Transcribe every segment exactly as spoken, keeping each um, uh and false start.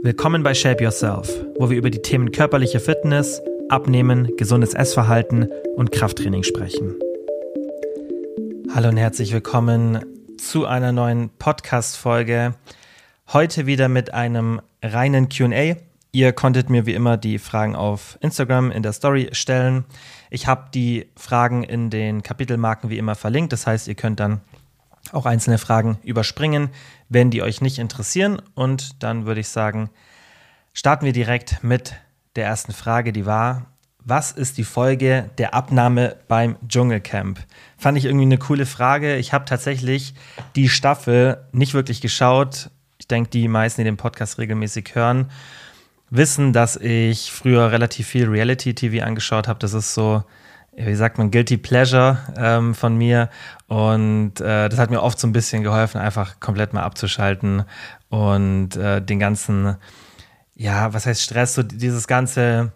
Willkommen bei Shape Yourself, wo wir über die Themen körperliche Fitness, Abnehmen, gesundes Essverhalten und Krafttraining sprechen. Hallo und herzlich willkommen zu einer neuen Podcast-Folge. Heute wieder mit einem reinen Q und A. Ihr konntet mir wie immer die Fragen auf Instagram in der Story stellen. Ich habe die Fragen in den Kapitelmarken wie immer verlinkt. Das heißt, ihr könnt dann auch einzelne Fragen überspringen, wenn die euch nicht interessieren. Und dann würde ich sagen, starten wir direkt mit der ersten Frage, die war: Was ist die Folge der Abnahme beim Dschungelcamp? Fand ich irgendwie eine coole Frage. Ich habe tatsächlich die Staffel nicht wirklich geschaut. Ich denke, die meisten, die den Podcast regelmäßig hören, wissen, dass ich früher relativ viel Reality-T V angeschaut habe. Das ist so, wie sagt man, Guilty Pleasure ähm, von mir. Und äh, das hat mir oft so ein bisschen geholfen, einfach komplett mal abzuschalten und äh, den ganzen, ja, was heißt Stress, so dieses ganze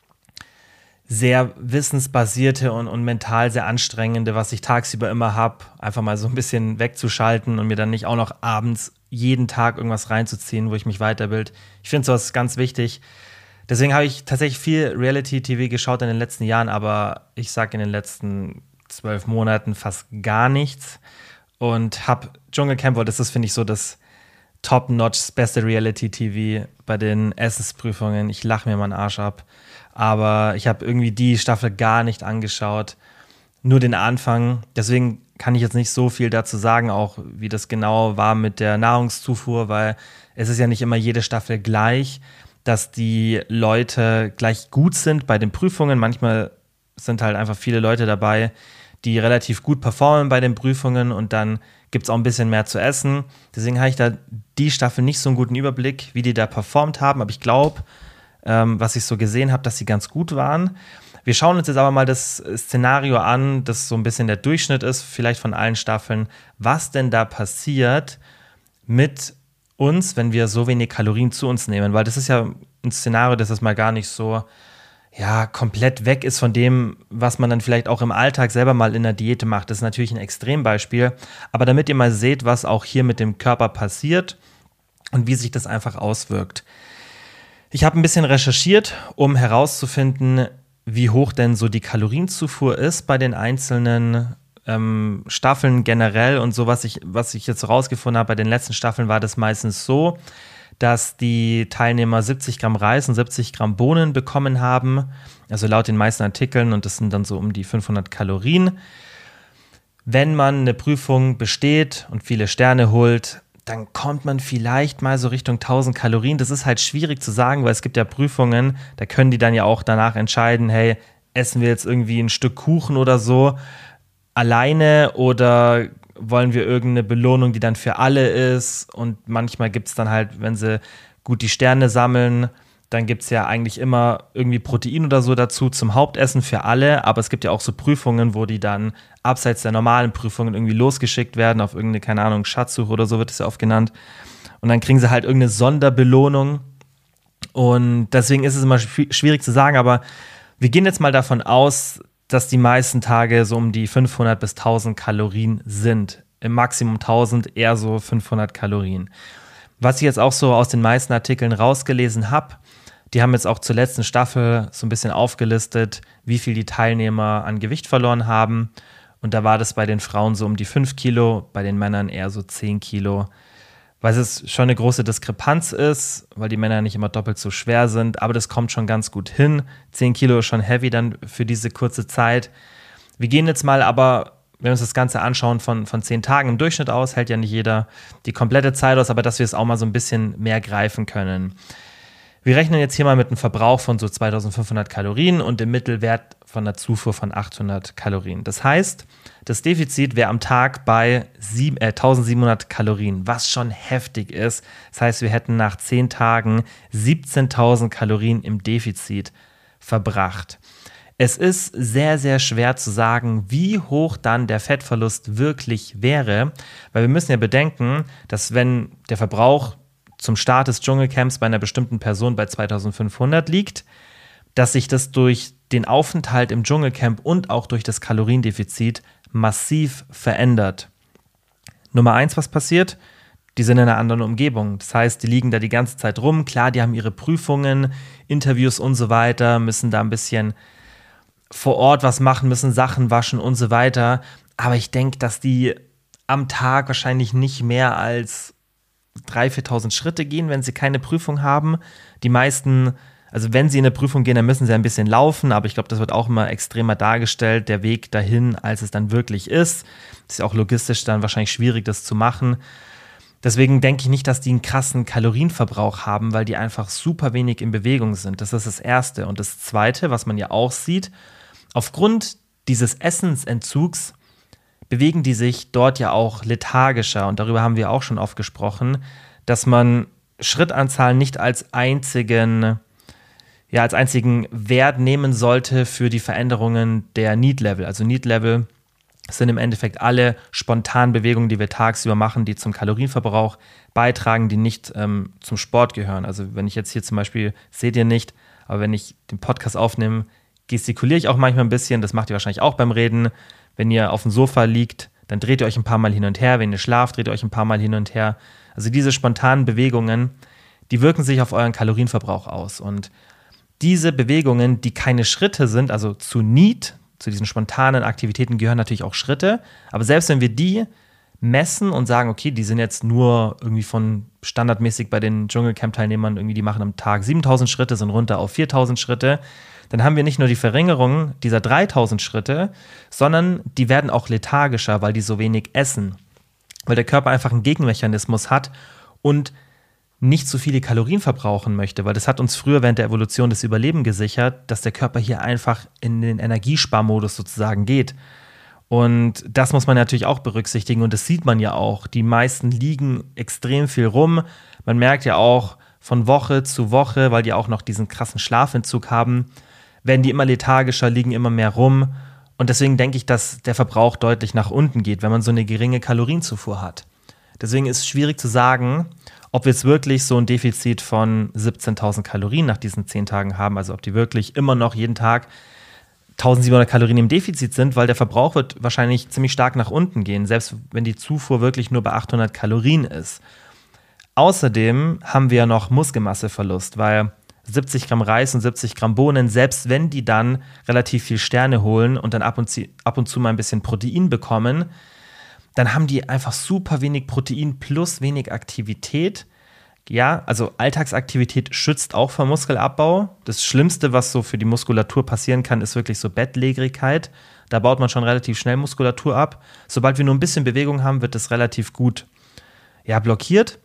sehr wissensbasierte und, und mental sehr anstrengende, was ich tagsüber immer habe, einfach mal so ein bisschen wegzuschalten und mir dann nicht auch noch abends jeden Tag irgendwas reinzuziehen, wo ich mich weiterbild. Ich finde sowas ganz wichtig. Deswegen habe ich tatsächlich viel Reality-T V geschaut in den letzten Jahren, aber ich sage in den letzten zwölf Monaten fast gar nichts und habe Dschungelcamp, das ist, finde ich, so das Top-Notch, das beste Reality-T V bei den Essensprüfungen. Ich lache mir meinen Arsch ab, aber ich habe irgendwie die Staffel gar nicht angeschaut, nur den Anfang. Deswegen kann ich jetzt nicht so viel dazu sagen, auch wie das genau war mit der Nahrungszufuhr, weil es ist ja nicht immer jede Staffel gleich, dass die Leute gleich gut sind bei den Prüfungen. Manchmal sind halt einfach viele Leute dabei, die relativ gut performen bei den Prüfungen und dann gibt es auch ein bisschen mehr zu essen. Deswegen habe ich da die Staffel nicht so einen guten Überblick, wie die da performt haben, aber ich glaube, ähm, was ich so gesehen habe, dass sie ganz gut waren. Wir schauen uns jetzt aber mal das Szenario an, das so ein bisschen der Durchschnitt ist, vielleicht von allen Staffeln, was denn da passiert mit uns, wenn wir so wenig Kalorien zu uns nehmen, weil das ist ja ein Szenario, das ist mal gar nicht so, ja, komplett weg ist von dem, was man dann vielleicht auch im Alltag selber mal in der Diät macht. Das ist natürlich ein Extrembeispiel, aber damit ihr mal seht, was auch hier mit dem Körper passiert und wie sich das einfach auswirkt. Ich habe ein bisschen recherchiert, um herauszufinden, wie hoch denn so die Kalorienzufuhr ist bei den einzelnen ähm, Staffeln generell und so, was ich, was ich jetzt rausgefunden habe. Bei den letzten Staffeln war das meistens so, dass die Teilnehmer siebzig Gramm Reis und siebzig Gramm Bohnen bekommen haben, also laut den meisten Artikeln, und das sind dann so um die fünfhundert Kalorien. Wenn man eine Prüfung besteht und viele Sterne holt, dann kommt man vielleicht mal so Richtung tausend Kalorien. Das ist halt schwierig zu sagen, weil es gibt ja Prüfungen, da können die dann ja auch danach entscheiden, hey, essen wir jetzt irgendwie ein Stück Kuchen oder so alleine oder wollen wir irgendeine Belohnung, die dann für alle ist. Und manchmal gibt es dann halt, wenn sie gut die Sterne sammeln, dann gibt es ja eigentlich immer irgendwie Protein oder so dazu zum Hauptessen für alle. Aber es gibt ja auch so Prüfungen, wo die dann abseits der normalen Prüfungen irgendwie losgeschickt werden auf irgendeine, keine Ahnung, Schatzsuche oder so wird es ja oft genannt. Und dann kriegen sie halt irgendeine Sonderbelohnung. Und deswegen ist es immer schwierig zu sagen, aber wir gehen jetzt mal davon aus, dass die meisten Tage so um die fünfhundert bis tausend Kalorien sind. Im Maximum tausend, eher so fünfhundert Kalorien. Was ich jetzt auch so aus den meisten Artikeln rausgelesen habe, die haben jetzt auch zur letzten Staffel so ein bisschen aufgelistet, wie viel die Teilnehmer an Gewicht verloren haben. Und da war das bei den Frauen so um die fünf Kilo, bei den Männern eher so zehn Kilo. Weil es schon eine große Diskrepanz ist, weil die Männer nicht immer doppelt so schwer sind, aber das kommt schon ganz gut hin. zehn Kilo ist schon heavy dann für diese kurze Zeit. Wir gehen jetzt mal aber, wenn wir uns das Ganze anschauen, von, von zehn Tagen im Durchschnitt aus, hält ja nicht jeder die komplette Zeit aus, aber dass wir es auch mal so ein bisschen mehr greifen können. Wir rechnen jetzt hier mal mit einem Verbrauch von so zweitausendfünfhundert Kalorien und dem Mittelwert von einer Zufuhr von achthundert Kalorien. Das heißt, das Defizit wäre am Tag bei sieben, äh, eintausendsiebenhundert Kalorien, was schon heftig ist. Das heißt, wir hätten nach zehn Tagen siebzehntausend Kalorien im Defizit verbracht. Es ist sehr, sehr schwer zu sagen, wie hoch dann der Fettverlust wirklich wäre, weil wir müssen ja bedenken, dass wenn der Verbrauch zum Start des Dschungelcamps bei einer bestimmten Person bei zweitausendfünfhundert liegt, dass sich das durch den Aufenthalt im Dschungelcamp und auch durch das Kaloriendefizit massiv verändert. Nummer eins, was passiert? die sind in einer anderen Umgebung. Das heißt, die liegen da die ganze Zeit rum. Klar, die haben ihre Prüfungen, Interviews und so weiter, müssen da ein bisschen vor Ort was machen, müssen Sachen waschen und so weiter. Aber ich denke, dass die am Tag wahrscheinlich nicht mehr als dreitausend, viertausend Schritte gehen, wenn sie keine Prüfung haben. Die meisten, also wenn sie in eine Prüfung gehen, dann müssen sie ein bisschen laufen, aber ich glaube, das wird auch immer extremer dargestellt, der Weg dahin, als es dann wirklich ist. Das ist auch logistisch dann wahrscheinlich schwierig, das zu machen. Deswegen denke ich nicht, dass die einen krassen Kalorienverbrauch haben, weil die einfach super wenig in Bewegung sind. Das ist das Erste. Und das Zweite, was man ja auch sieht, aufgrund dieses Essensentzugs bewegen die sich dort ja auch lethargischer. Und darüber haben wir auch schon oft gesprochen, dass man Schrittanzahl nicht als einzigen, ja, als einzigen Wert nehmen sollte für die Veränderungen der Need-Level. Also Need-Level sind im Endeffekt alle spontanen Bewegungen, die wir tagsüber machen, die zum Kalorienverbrauch beitragen, die nicht ähm, zum Sport gehören. Also wenn ich jetzt hier zum Beispiel, seht ihr nicht, aber wenn ich den Podcast aufnehme, gestikuliere ich auch manchmal ein bisschen, das macht ihr wahrscheinlich auch beim Reden. Wenn ihr auf dem Sofa liegt, dann dreht ihr euch ein paar Mal hin und her. Wenn ihr schlaft, dreht ihr euch ein paar Mal hin und her. Also diese spontanen Bewegungen, die wirken sich auf euren Kalorienverbrauch aus. Und diese Bewegungen, die keine Schritte sind, also zu Need, zu diesen spontanen Aktivitäten gehören natürlich auch Schritte. Aber selbst wenn wir die messen und sagen, okay, die sind jetzt nur irgendwie von standardmäßig bei den Dschungelcamp-Teilnehmern, irgendwie die machen am Tag siebentausend Schritte, sind runter auf viertausend Schritte, dann haben wir nicht nur die Verringerung dieser dreitausend Schritte, sondern die werden auch lethargischer, weil die so wenig essen. Weil der Körper einfach einen Gegenmechanismus hat und nicht so viele Kalorien verbrauchen möchte, weil das hat uns früher während der Evolution das Überleben gesichert, dass der Körper hier einfach in den Energiesparmodus sozusagen geht. Und das muss man natürlich auch berücksichtigen und das sieht man ja auch. Die meisten liegen extrem viel rum. Man merkt ja auch von Woche zu Woche, weil die auch noch diesen krassen Schlafentzug haben, werden die immer lethargischer, liegen immer mehr rum. Und deswegen denke ich, dass der Verbrauch deutlich nach unten geht, wenn man so eine geringe Kalorienzufuhr hat. Deswegen ist es schwierig zu sagen, ob wir jetzt wirklich so ein Defizit von siebzehntausend Kalorien nach diesen zehn Tagen haben, also ob die wirklich immer noch jeden Tag eintausendsiebenhundert Kalorien im Defizit sind, weil der Verbrauch wird wahrscheinlich ziemlich stark nach unten gehen, selbst wenn die Zufuhr wirklich nur bei achthundert Kalorien ist. Außerdem haben wir ja noch Muskelmasseverlust, weil siebzig Gramm Reis und siebzig Gramm Bohnen, selbst wenn die dann relativ viel Sterne holen und dann ab und zu, ab und zu mal ein bisschen Protein bekommen, dann haben die einfach super wenig Protein plus wenig Aktivität. Ja, also Alltagsaktivität schützt auch vor Muskelabbau. Das Schlimmste, was so für die Muskulatur passieren kann, ist wirklich so Bettlägerigkeit. Da baut man schon relativ schnell Muskulatur ab. Sobald wir nur ein bisschen Bewegung haben, wird das relativ gut, ja, blockiert.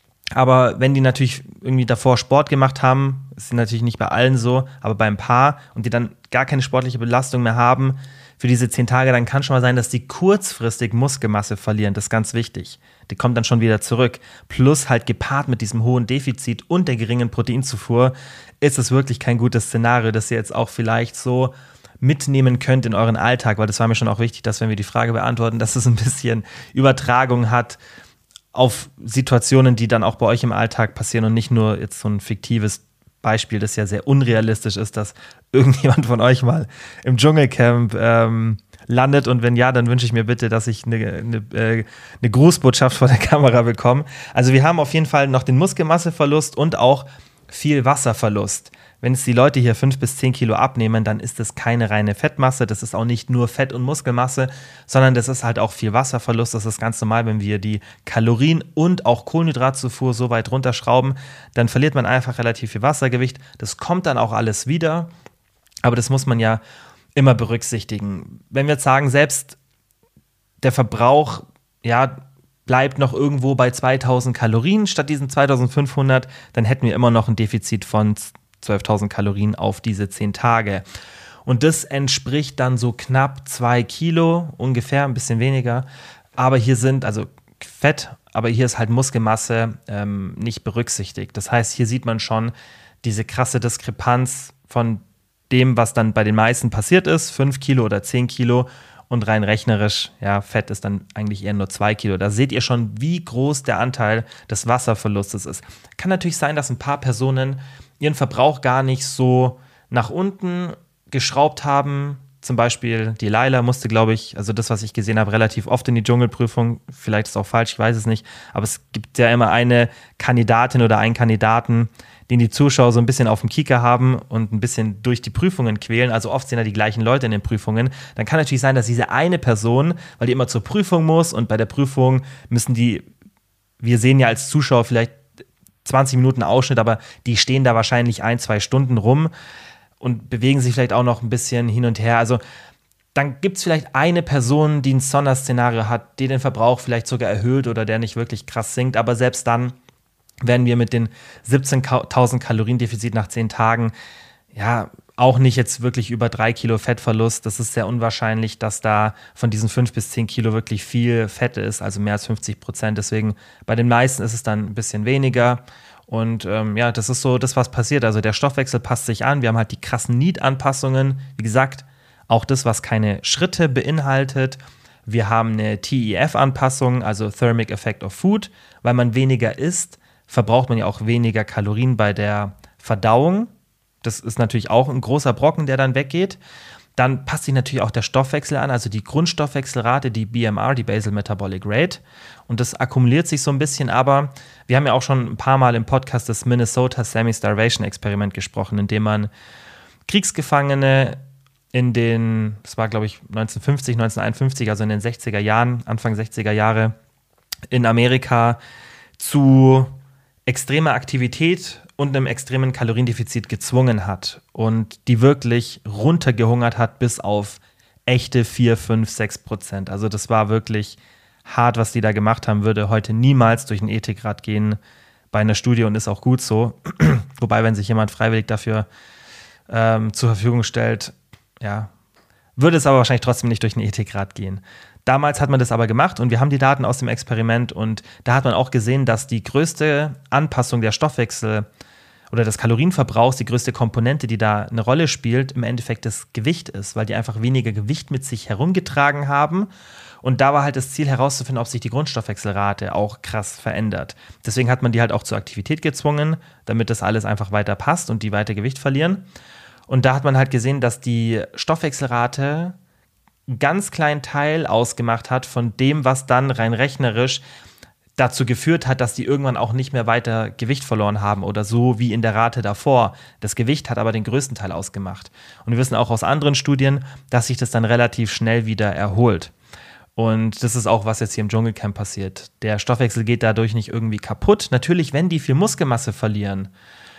Aber wenn die natürlich irgendwie davor Sport gemacht haben, ist natürlich nicht bei allen so, aber bei ein paar und die dann gar keine sportliche Belastung mehr haben für diese zehn Tage, dann kann schon mal sein, dass die kurzfristig Muskelmasse verlieren. Das ist ganz wichtig. Die kommt dann schon wieder zurück. Plus halt gepaart mit diesem hohen Defizit und der geringen Proteinzufuhr ist es wirklich kein gutes Szenario, das ihr jetzt auch vielleicht so mitnehmen könnt in euren Alltag, weil das war mir schon auch wichtig, dass wenn wir die Frage beantworten, dass es ein bisschen Übertragung hat auf Situationen, die dann auch bei euch im Alltag passieren und nicht nur jetzt so ein fiktives Beispiel, das ja sehr unrealistisch ist, dass irgendjemand von euch mal im Dschungelcamp ähm, landet und wenn ja, dann wünsche ich mir bitte, dass ich eine, eine, äh, eine Grußbotschaft vor der Kamera bekomme. Also wir haben auf jeden Fall noch den Muskelmasseverlust und auch viel Wasserverlust. Wenn es die Leute hier fünf bis zehn Kilo abnehmen, dann ist das keine reine Fettmasse, das ist auch nicht nur Fett- und Muskelmasse, sondern das ist halt auch viel Wasserverlust. Das ist ganz normal, wenn wir die Kalorien und auch Kohlenhydratzufuhr so weit runterschrauben, dann verliert man einfach relativ viel Wassergewicht. Das kommt dann auch alles wieder, aber das muss man ja immer berücksichtigen. Wenn wir jetzt sagen, selbst der Verbrauch, ja, bleibt noch irgendwo bei zweitausend Kalorien statt diesen zweitausendfünfhundert, dann hätten wir immer noch ein Defizit von zwölftausend Kalorien auf diese zehn Tage. Und das entspricht dann so knapp zwei Kilo, ungefähr, ein bisschen weniger. Aber hier sind, also Fett, aber hier ist halt Muskelmasse ähm, nicht berücksichtigt. Das heißt, hier sieht man schon diese krasse Diskrepanz von dem, was dann bei den meisten passiert ist, fünf Kilo oder zehn Kilo. Und rein rechnerisch, ja, Fett ist dann eigentlich eher nur zwei Kilo. Da seht ihr schon, wie groß der Anteil des Wasserverlustes ist. Kann natürlich sein, dass ein paar Personen ihren Verbrauch gar nicht so nach unten geschraubt haben, zum Beispiel die Laila musste, glaube ich, also das, was ich gesehen habe, relativ oft in die Dschungelprüfung. Vielleicht ist es auch falsch, ich weiß es nicht. Aber es gibt ja immer eine Kandidatin oder einen Kandidaten, den die Zuschauer so ein bisschen auf dem Kieker haben und ein bisschen durch die Prüfungen quälen. Also oft sind ja die gleichen Leute in den Prüfungen. Dann kann natürlich sein, dass diese eine Person, weil die immer zur Prüfung muss und bei der Prüfung müssen die, wir sehen ja als Zuschauer vielleicht zwanzig Minuten Ausschnitt, aber die stehen da wahrscheinlich ein, zwei Stunden rum und bewegen sich vielleicht auch noch ein bisschen hin und her. Also dann gibt es vielleicht eine Person, die ein Sonderszenario hat, die den Verbrauch vielleicht sogar erhöht oder der nicht wirklich krass sinkt. Aber selbst dann werden wir mit den siebzehntausend Kalorien Defizit nach zehn Tagen ja auch nicht jetzt wirklich über drei Kilo Fettverlust. Das ist sehr unwahrscheinlich, dass da von diesen fünf bis zehn Kilo wirklich viel Fett ist, also mehr als fünfzig Prozent. Deswegen bei den meisten ist es dann ein bisschen weniger. Und ähm, ja, das ist so das, was passiert. Also der Stoffwechsel passt sich an. Wir haben halt die krassen Need-Anpassungen. Wie gesagt, auch das, was keine Schritte beinhaltet. Wir haben eine T E F-Anpassung, also Thermic Effect of Food. Weil man weniger isst, verbraucht man ja auch weniger Kalorien bei der Verdauung. Das ist natürlich auch ein großer Brocken, der dann weggeht. Dann passt sich natürlich auch der Stoffwechsel an, also die Grundstoffwechselrate, die B M R, die Basal Metabolic Rate. Und das akkumuliert sich so ein bisschen, aber wir haben ja auch schon ein paar Mal im Podcast das Minnesota Semi-Starvation-Experiment gesprochen, in dem man Kriegsgefangene in den, das war glaube ich neunzehnhundertfünfzig, neunzehnhunderteinundfünfzig, also in den sechziger Jahren, Anfang sechziger Jahre in Amerika zu extremer Aktivität und einem extremen Kaloriendefizit gezwungen hat und die wirklich runtergehungert hat bis auf echte vier, fünf, sechs Prozent. Also das war wirklich hart, was die da gemacht haben, würde heute niemals durch einen Ethikrat gehen bei einer Studie und ist auch gut so. Wobei, wenn sich jemand freiwillig dafür ähm, zur Verfügung stellt, ja, würde es aber wahrscheinlich trotzdem nicht durch einen Ethikrat gehen. Damals hat man das aber gemacht und wir haben die Daten aus dem Experiment und da hat man auch gesehen, dass die größte Anpassung der Stoffwechsel oder des Kalorienverbrauchs, die größte Komponente, die da eine Rolle spielt, im Endeffekt das Gewicht ist, weil die einfach weniger Gewicht mit sich herumgetragen haben. Und da war halt das Ziel herauszufinden, ob sich die Grundstoffwechselrate auch krass verändert. Deswegen hat man die halt auch zur Aktivität gezwungen, damit das alles einfach weiter passt und die weiter Gewicht verlieren. Und da hat man halt gesehen, dass die Stoffwechselrate einen ganz kleinen Teil ausgemacht hat von dem, was dann rein rechnerisch dazu geführt hat, dass die irgendwann auch nicht mehr weiter Gewicht verloren haben oder so wie in der Rate davor. Das Gewicht hat aber den größten Teil ausgemacht. Und wir wissen auch aus anderen Studien, dass sich das dann relativ schnell wieder erholt. Und das ist auch, was jetzt hier im Dschungelcamp passiert. Der Stoffwechsel geht dadurch nicht irgendwie kaputt. Natürlich, wenn die viel Muskelmasse verlieren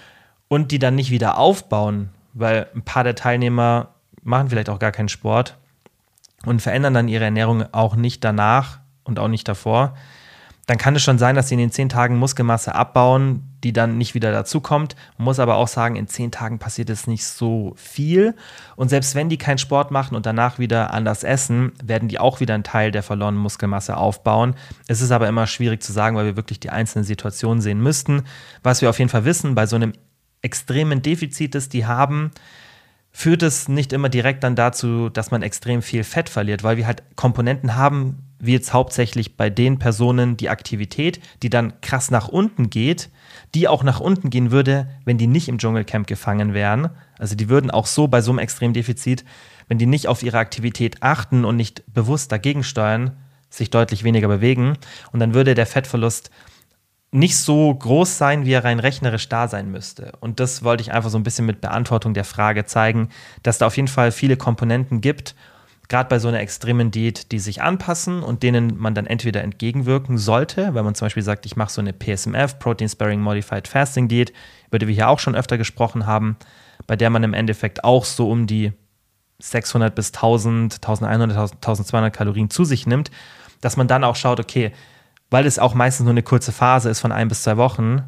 und die dann nicht wieder aufbauen, weil ein paar der Teilnehmer machen vielleicht auch gar keinen Sport und verändern dann ihre Ernährung auch nicht danach und auch nicht davor, dann kann es schon sein, dass sie in den zehn Tagen Muskelmasse abbauen, die dann nicht wieder dazukommt. Man muss aber auch sagen, in zehn Tagen passiert es nicht so viel. Und selbst wenn die keinen Sport machen und danach wieder anders essen, werden die auch wieder einen Teil der verlorenen Muskelmasse aufbauen. Es ist aber immer schwierig zu sagen, weil wir wirklich die einzelnen Situationen sehen müssten. Was wir auf jeden Fall wissen, bei so einem extremen Defizit, das die haben, führt es nicht immer direkt dann dazu, dass man extrem viel Fett verliert, weil wir halt Komponenten haben, wie jetzt hauptsächlich bei den Personen die Aktivität, die dann krass nach unten geht, die auch nach unten gehen würde, wenn die nicht im Dschungelcamp gefangen wären. Also die würden auch so bei so einem Extremdefizit, wenn die nicht auf ihre Aktivität achten und nicht bewusst dagegen steuern, sich deutlich weniger bewegen. Und dann würde der Fettverlust nicht so groß sein, wie er rein rechnerisch da sein müsste. Und das wollte ich einfach so ein bisschen mit Beantwortung der Frage zeigen, dass da auf jeden Fall viele Komponenten gibt, gerade bei so einer extremen Diät, die sich anpassen und denen man dann entweder entgegenwirken sollte, wenn man zum Beispiel sagt, ich mache so eine P S M F, Protein Sparing Modified Fasting Diät, über die wir hier auch schon öfter gesprochen haben, bei der man im Endeffekt auch so um die sechshundert bis tausend, eintausendeinhundert, eintausendzweihundert Kalorien zu sich nimmt, dass man dann auch schaut, okay, weil es auch meistens nur eine kurze Phase ist von ein bis zwei Wochen,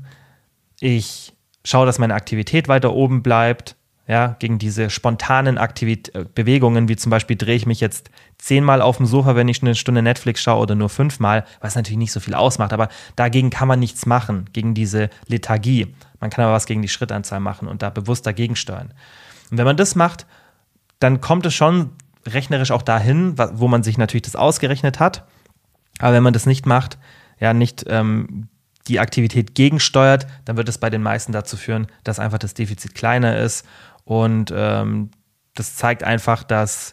ich schaue, dass meine Aktivität weiter oben bleibt, ja, gegen diese spontanen Aktivit- Bewegungen, wie zum Beispiel drehe ich mich jetzt zehnmal auf dem Sofa, wenn ich eine Stunde Netflix schaue oder nur fünfmal, was natürlich nicht so viel ausmacht, aber dagegen kann man nichts machen, gegen diese Lethargie. Man kann aber was gegen die Schrittanzahl machen und da bewusst dagegen steuern. Und wenn man das macht, dann kommt es schon rechnerisch auch dahin, wo man sich natürlich das ausgerechnet hat. Aber wenn man das nicht macht, ja, nicht ähm, die Aktivität gegensteuert, dann wird es bei den meisten dazu führen, dass einfach das Defizit kleiner ist und ähm, das zeigt einfach, dass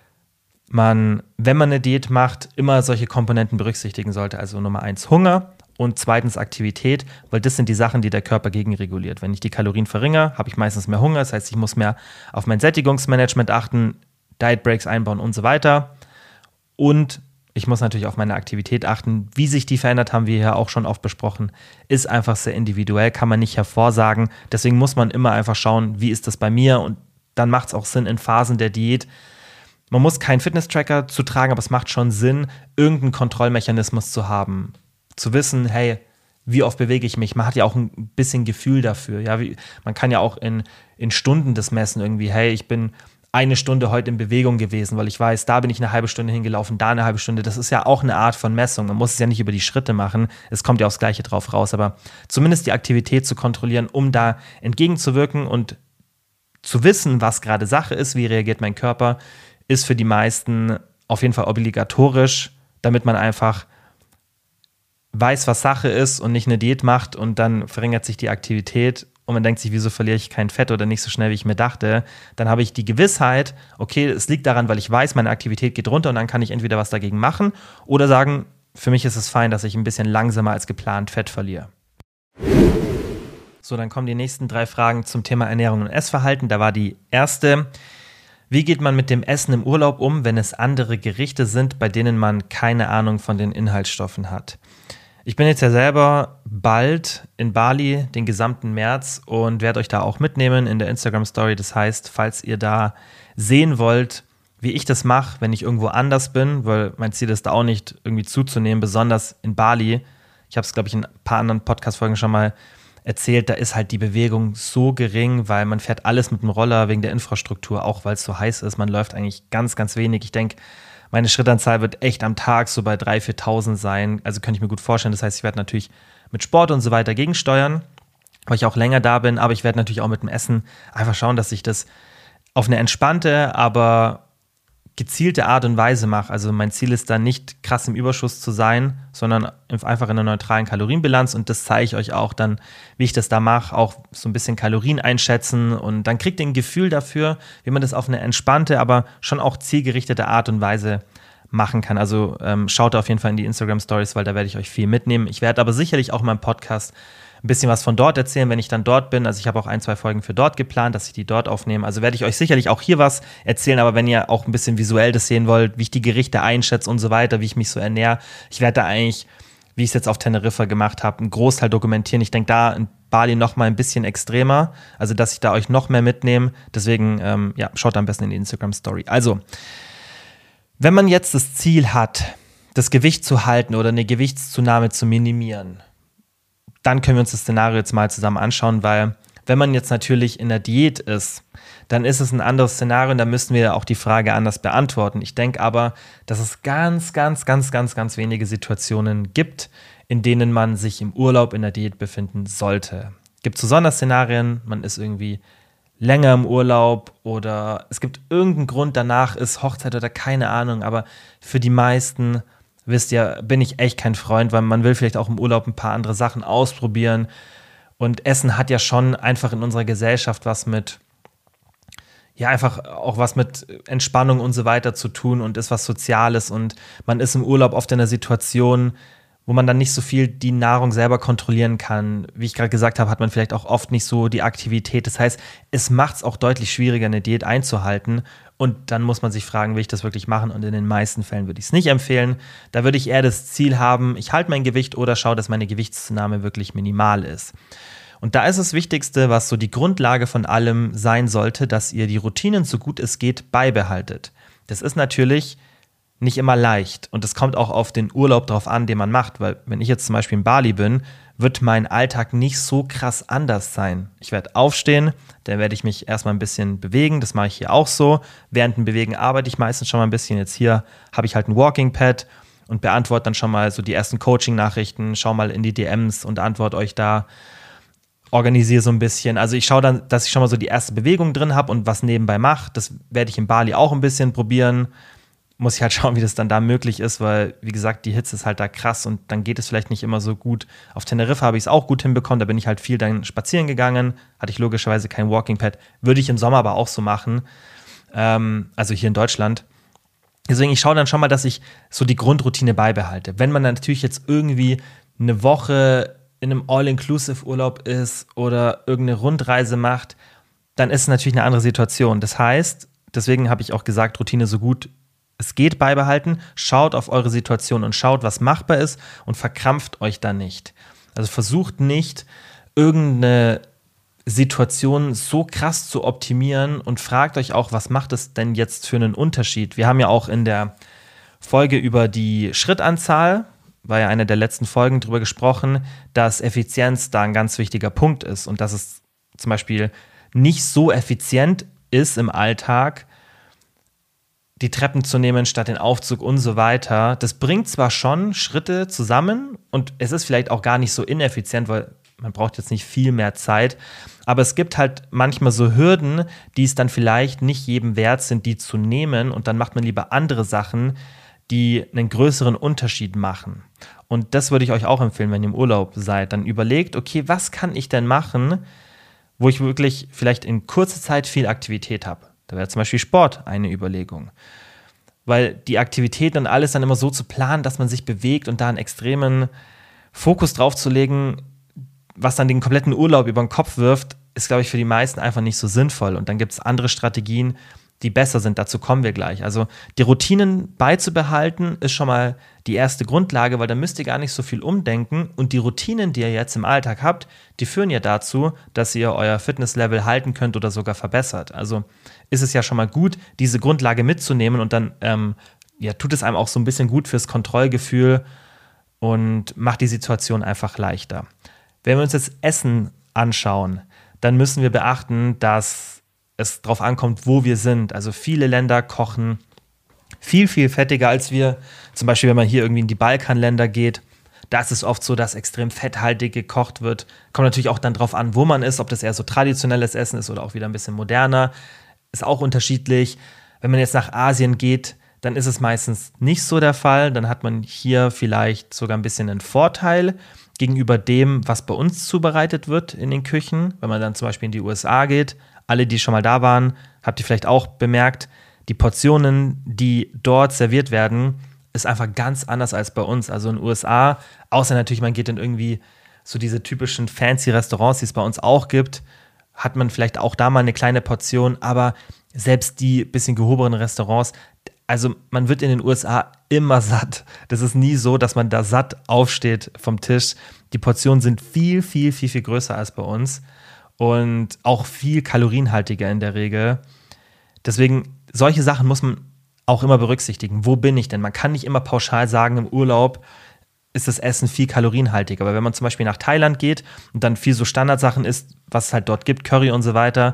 man, wenn man eine Diät macht, immer solche Komponenten berücksichtigen sollte. Also Nummer eins Hunger und zweitens Aktivität, weil das sind die Sachen, die der Körper gegenreguliert. Wenn ich die Kalorien verringere, habe ich meistens mehr Hunger. Das heißt, ich muss mehr auf mein Sättigungsmanagement achten, Diet Breaks einbauen und so weiter. Und ich muss natürlich auf meine Aktivität achten. Wie sich die verändert, haben wir hier auch schon oft besprochen, ist einfach sehr individuell, kann man nicht hervorsagen. Deswegen muss man immer einfach schauen, wie ist das bei mir, und dann macht es auch Sinn in Phasen der Diät. Man muss keinen Fitness-Tracker zu tragen, aber es macht schon Sinn, irgendeinen Kontrollmechanismus zu haben. Zu wissen, hey, wie oft bewege ich mich? Man hat ja auch ein bisschen Gefühl dafür. Ja, wie, man kann ja auch in, in Stunden das messen irgendwie. Hey, ich bin eine Stunde heute in Bewegung gewesen, weil ich weiß, da bin ich eine halbe Stunde hingelaufen, da eine halbe Stunde. Das ist ja auch eine Art von Messung. Man muss es ja nicht über die Schritte machen. Es kommt ja aufs Gleiche drauf raus. Aber zumindest die Aktivität zu kontrollieren, um da entgegenzuwirken und zu wissen, was gerade Sache ist, wie reagiert mein Körper, ist für die meisten auf jeden Fall obligatorisch, damit man einfach weiß, was Sache ist und nicht eine Diät macht und dann verringert sich die Aktivität und man denkt sich, wieso verliere ich kein Fett oder nicht so schnell, wie ich mir dachte. Dann habe ich die Gewissheit, okay, es liegt daran, weil ich weiß, meine Aktivität geht runter und dann kann ich entweder was dagegen machen oder sagen, für mich ist es fein, dass ich ein bisschen langsamer als geplant Fett verliere. So, dann kommen die nächsten drei Fragen zum Thema Ernährung und Essverhalten. Da war die erste: Wie geht man mit dem Essen im Urlaub um, wenn es andere Gerichte sind, bei denen man keine Ahnung von den Inhaltsstoffen hat? Ich bin jetzt ja selber bald in Bali den gesamten März und werde euch da auch mitnehmen in der Instagram-Story. Das heißt, falls ihr da sehen wollt, wie ich das mache, wenn ich irgendwo anders bin, weil mein Ziel ist da auch nicht irgendwie zuzunehmen, besonders in Bali. Ich habe es, glaube ich, in ein paar anderen Podcast-Folgen schon mal erzählt, da ist halt die Bewegung so gering, weil man fährt alles mit dem Roller wegen der Infrastruktur, auch weil es so heiß ist. Man läuft eigentlich ganz, ganz wenig. Ich denke, meine Schrittanzahl wird echt am Tag so bei dreitausend, viertausend sein. Also könnte ich mir gut vorstellen. Das heißt, ich werde natürlich mit Sport und so weiter gegensteuern, weil ich auch länger da bin. Aber ich werde natürlich auch mit dem Essen einfach schauen, dass ich das auf eine entspannte, aber gezielte Art und Weise mache. Also mein Ziel ist da nicht krass im Überschuss zu sein, sondern einfach in einer neutralen Kalorienbilanz, und das zeige ich euch auch dann, wie ich das da mache, auch so ein bisschen Kalorien einschätzen, und dann kriegt ihr ein Gefühl dafür, wie man das auf eine entspannte, aber schon auch zielgerichtete Art und Weise machen kann. Also ähm, schaut auf jeden Fall in die Instagram-Stories, weil da werde ich euch viel mitnehmen. Ich werde aber sicherlich auch in meinem Podcast ein bisschen was von dort erzählen, wenn ich dann dort bin. Also ich habe auch ein, zwei Folgen für dort geplant, dass ich die dort aufnehme. Also werde ich euch sicherlich auch hier was erzählen, aber wenn ihr auch ein bisschen visuell das sehen wollt, wie ich die Gerichte einschätze und so weiter, wie ich mich so ernähre, ich werde da eigentlich, wie ich es jetzt auf Teneriffa gemacht habe, einen Großteil dokumentieren. Ich denke da in Bali noch mal ein bisschen extremer, also dass ich da euch noch mehr mitnehme. Deswegen, ähm, ja, schaut am besten in die Instagram-Story. Also, wenn man jetzt das Ziel hat, das Gewicht zu halten oder eine Gewichtszunahme zu minimieren, dann können wir uns das Szenario jetzt mal zusammen anschauen, weil wenn man jetzt natürlich in der Diät ist, dann ist es ein anderes Szenario und da müssen wir auch die Frage anders beantworten. Ich denke aber, dass es ganz, ganz, ganz, ganz, ganz wenige Situationen gibt, in denen man sich im Urlaub in der Diät befinden sollte. Es gibt so Sonderszenarien, man ist irgendwie länger im Urlaub oder es gibt irgendeinen Grund, danach ist Hochzeit oder keine Ahnung, aber für die meisten, wisst ihr, bin ich echt kein Freund, weil man will vielleicht auch im Urlaub ein paar andere Sachen ausprobieren. Und Essen hat ja schon einfach in unserer Gesellschaft was mit, ja, einfach auch was mit Entspannung und so weiter zu tun und ist was Soziales. Und man ist im Urlaub oft in einer Situation, wo man dann nicht so viel die Nahrung selber kontrollieren kann. Wie ich gerade gesagt habe, hat man vielleicht auch oft nicht so die Aktivität. Das heißt, es macht es auch deutlich schwieriger, eine Diät einzuhalten. Und dann muss man sich fragen, will ich das wirklich machen? Und in den meisten Fällen würde ich es nicht empfehlen. Da würde ich eher das Ziel haben, ich halte mein Gewicht oder schaue, dass meine Gewichtszunahme wirklich minimal ist. Und da ist das Wichtigste, was so die Grundlage von allem sein sollte, dass ihr die Routinen, so gut es geht, beibehaltet. Das ist natürlich nicht immer leicht und es kommt auch auf den Urlaub drauf an, den man macht, weil wenn ich jetzt zum Beispiel in Bali bin, wird mein Alltag nicht so krass anders sein. Ich werde aufstehen, dann werde ich mich erstmal ein bisschen bewegen, das mache ich hier auch so. Während dem Bewegen arbeite ich meistens schon mal ein bisschen. Jetzt hier habe ich halt ein Walking Pad und beantworte dann schon mal so die ersten Coaching-Nachrichten, schau mal in die D Ms und antworte euch da, organisiere so ein bisschen. Also ich schaue dann, dass ich schon mal so die erste Bewegung drin habe und was nebenbei mache. Das werde ich in Bali auch ein bisschen probieren. Muss ich halt schauen, wie das dann da möglich ist, weil, wie gesagt, die Hitze ist halt da krass und dann geht es vielleicht nicht immer so gut. Auf Teneriffa habe ich es auch gut hinbekommen, da bin ich halt viel dann spazieren gegangen, hatte ich logischerweise kein Walking Pad, würde ich im Sommer aber auch so machen. ähm, also hier in Deutschland. Deswegen, ich schaue dann schon mal, dass ich so die Grundroutine beibehalte. Wenn man dann natürlich jetzt irgendwie eine Woche in einem All-Inclusive-Urlaub ist oder irgendeine Rundreise macht, dann ist es natürlich eine andere Situation. Das heißt, deswegen habe ich auch gesagt, Routine so gut es geht beibehalten. Schaut auf eure Situation und schaut, was machbar ist und verkrampft euch da nicht. Also versucht nicht, irgendeine Situation so krass zu optimieren und fragt euch auch, was macht es denn jetzt für einen Unterschied? Wir haben ja auch in der Folge über die Schrittanzahl, war ja eine der letzten Folgen, darüber gesprochen, dass Effizienz da ein ganz wichtiger Punkt ist und dass es zum Beispiel nicht so effizient ist im Alltag, die Treppen zu nehmen statt den Aufzug und so weiter. Das bringt zwar schon Schritte zusammen und es ist vielleicht auch gar nicht so ineffizient, weil man braucht jetzt nicht viel mehr Zeit, aber es gibt halt manchmal so Hürden, die es dann vielleicht nicht jedem wert sind, die zu nehmen und dann macht man lieber andere Sachen, die einen größeren Unterschied machen. Und das würde ich euch auch empfehlen, wenn ihr im Urlaub seid. Dann überlegt, okay, was kann ich denn machen, wo ich wirklich vielleicht in kurzer Zeit viel Aktivität habe. Da wäre zum Beispiel Sport eine Überlegung. Weil die Aktivität und alles dann immer so zu planen, dass man sich bewegt und da einen extremen Fokus drauf zu legen, was dann den kompletten Urlaub über den Kopf wirft, ist, glaube ich, für die meisten einfach nicht so sinnvoll. Und dann gibt es andere Strategien, die besser sind. Dazu kommen wir gleich. Also die Routinen beizubehalten, ist schon mal die erste Grundlage, weil da müsst ihr gar nicht so viel umdenken. Und die Routinen, die ihr jetzt im Alltag habt, die führen ja dazu, dass ihr euer Fitnesslevel halten könnt oder sogar verbessert. Also ist es ja schon mal gut, diese Grundlage mitzunehmen und dann ähm, ja, tut es einem auch so ein bisschen gut fürs Kontrollgefühl und macht die Situation einfach leichter. Wenn wir uns jetzt Essen anschauen, dann müssen wir beachten, dass es darauf ankommt, wo wir sind. Also viele Länder kochen viel, viel fettiger als wir. Zum Beispiel, wenn man hier irgendwie in die Balkanländer geht, da ist es oft so, dass extrem fetthaltig gekocht wird. Kommt natürlich auch dann drauf an, wo man ist, ob das eher so traditionelles Essen ist oder auch wieder ein bisschen moderner. Ist auch unterschiedlich. Wenn man jetzt nach Asien geht, dann ist es meistens nicht so der Fall. Dann hat man hier vielleicht sogar ein bisschen einen Vorteil gegenüber dem, was bei uns zubereitet wird in den Küchen. Wenn man dann zum Beispiel in die U S A geht, alle, die schon mal da waren, habt ihr vielleicht auch bemerkt, die Portionen, die dort serviert werden, ist einfach ganz anders als bei uns. Also in den U S A, außer natürlich, man geht in irgendwie so diese typischen fancy Restaurants, die es bei uns auch gibt, hat man vielleicht auch da mal eine kleine Portion, aber selbst die bisschen gehobenen Restaurants, also man wird in den U S A immer satt. Das ist nie so, dass man da satt aufsteht vom Tisch. Die Portionen sind viel, viel, viel, viel größer als bei uns. Und auch viel kalorienhaltiger in der Regel. Deswegen, solche Sachen muss man auch immer berücksichtigen. Wo bin ich denn? Man kann nicht immer pauschal sagen, im Urlaub ist das Essen viel kalorienhaltiger. Aber wenn man zum Beispiel nach Thailand geht und dann viel so Standardsachen isst, was es halt dort gibt, Curry und so weiter,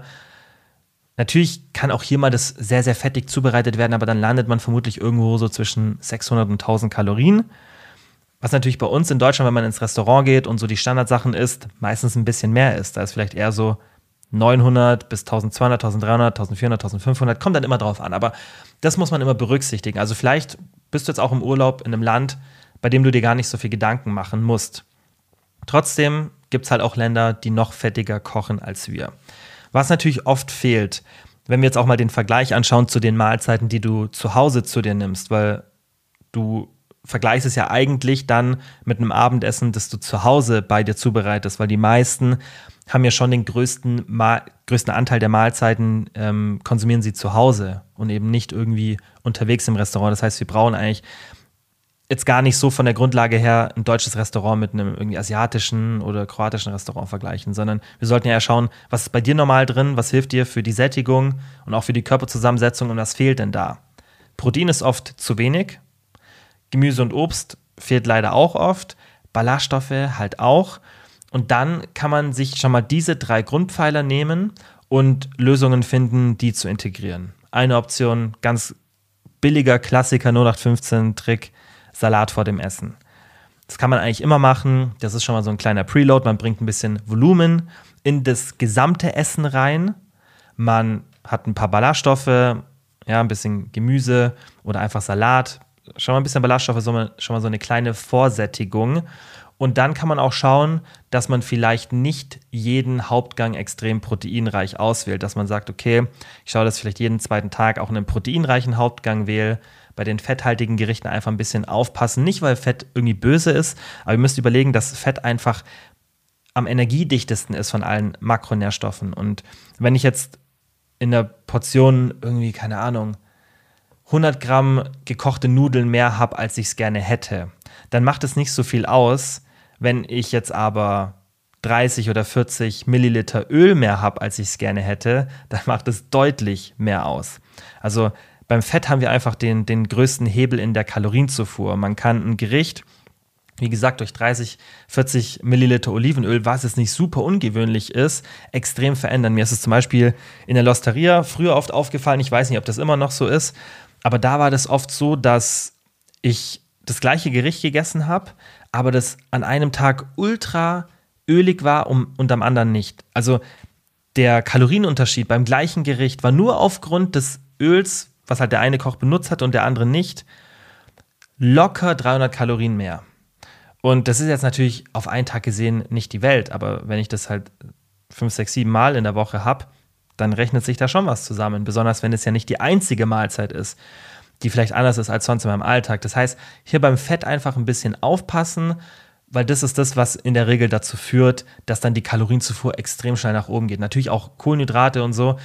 natürlich kann auch hier mal das sehr, sehr fettig zubereitet werden, aber dann landet man vermutlich irgendwo so zwischen sechshundert und tausend Kalorien. Was natürlich bei uns in Deutschland, wenn man ins Restaurant geht und so die Standardsachen isst, meistens ein bisschen mehr ist. Da ist vielleicht eher so neunhundert bis eintausendzweihundert, eintausenddreihundert, eintausendvierhundert, eintausendfünfhundert, kommt dann immer drauf an. Aber das muss man immer berücksichtigen. Also vielleicht bist du jetzt auch im Urlaub in einem Land, bei dem du dir gar nicht so viel Gedanken machen musst. Trotzdem gibt es halt auch Länder, die noch fettiger kochen als wir. Was natürlich oft fehlt, wenn wir jetzt auch mal den Vergleich anschauen zu den Mahlzeiten, die du zu Hause zu dir nimmst, weil du vergleichst es ja eigentlich dann mit einem Abendessen, das du zu Hause bei dir zubereitest, weil die meisten haben ja schon den größten, Ma- größten Anteil der Mahlzeiten, ähm, konsumieren sie zu Hause und eben nicht irgendwie unterwegs im Restaurant. Das heißt, wir brauchen eigentlich jetzt gar nicht so von der Grundlage her ein deutsches Restaurant mit einem irgendwie asiatischen oder kroatischen Restaurant vergleichen, sondern wir sollten ja schauen, was ist bei dir normal drin, was hilft dir für die Sättigung und auch für die Körperzusammensetzung und was fehlt denn da? Protein ist oft zu wenig, Gemüse und Obst fehlt leider auch oft, Ballaststoffe halt auch. Und dann kann man sich schon mal diese drei Grundpfeiler nehmen und Lösungen finden, die zu integrieren. Eine Option, ganz billiger Klassiker, null acht fünfzehn Trick, Salat vor dem Essen. Das kann man eigentlich immer machen. Das ist schon mal so ein kleiner Preload. Man bringt ein bisschen Volumen in das gesamte Essen rein. Man hat ein paar Ballaststoffe, ja, ein bisschen Gemüse oder einfach Salat. schon mal ein bisschen Ballaststoffe, schon mal, schon mal so eine kleine Vorsättigung. Und dann kann man auch schauen, dass man vielleicht nicht jeden Hauptgang extrem proteinreich auswählt, dass man sagt, okay, ich schaue, dass ich vielleicht jeden zweiten Tag auch einen proteinreichen Hauptgang wähle. Bei den fetthaltigen Gerichten einfach ein bisschen aufpassen. Nicht, weil Fett irgendwie böse ist, aber ihr müsst überlegen, dass Fett einfach am energiedichtesten ist von allen Makronährstoffen. Und wenn ich jetzt in der Portion irgendwie, keine Ahnung, hundert Gramm gekochte Nudeln mehr habe, als ich es gerne hätte, dann macht es nicht so viel aus. Wenn ich jetzt aber dreißig oder vierzig Milliliter Öl mehr habe, als ich es gerne hätte, dann macht es deutlich mehr aus. Also beim Fett haben wir einfach den, den größten Hebel in der Kalorienzufuhr. Man kann ein Gericht, wie gesagt, durch dreißig, vierzig Milliliter Olivenöl, was jetzt nicht super ungewöhnlich ist, extrem verändern. Mir ist es zum Beispiel in der Losteria früher oft aufgefallen, ich weiß nicht, ob das immer noch so ist, aber da war das oft so, dass ich das gleiche Gericht gegessen habe, aber das an einem Tag ultra ölig war und, und am anderen nicht. Also der Kalorienunterschied beim gleichen Gericht war nur aufgrund des Öls, was halt der eine Koch benutzt hat und der andere nicht, locker dreihundert Kalorien mehr. Und das ist jetzt natürlich auf einen Tag gesehen nicht die Welt, aber wenn ich das halt fünf, sechs, sieben Mal in der Woche habe, dann rechnet sich da schon was zusammen, besonders wenn es ja nicht die einzige Mahlzeit ist, die vielleicht anders ist als sonst in meinem Alltag. Das heißt, hier beim Fett einfach ein bisschen aufpassen, weil das ist das, was in der Regel dazu führt, dass dann die Kalorienzufuhr extrem schnell nach oben geht. Natürlich auch Kohlenhydrate und so,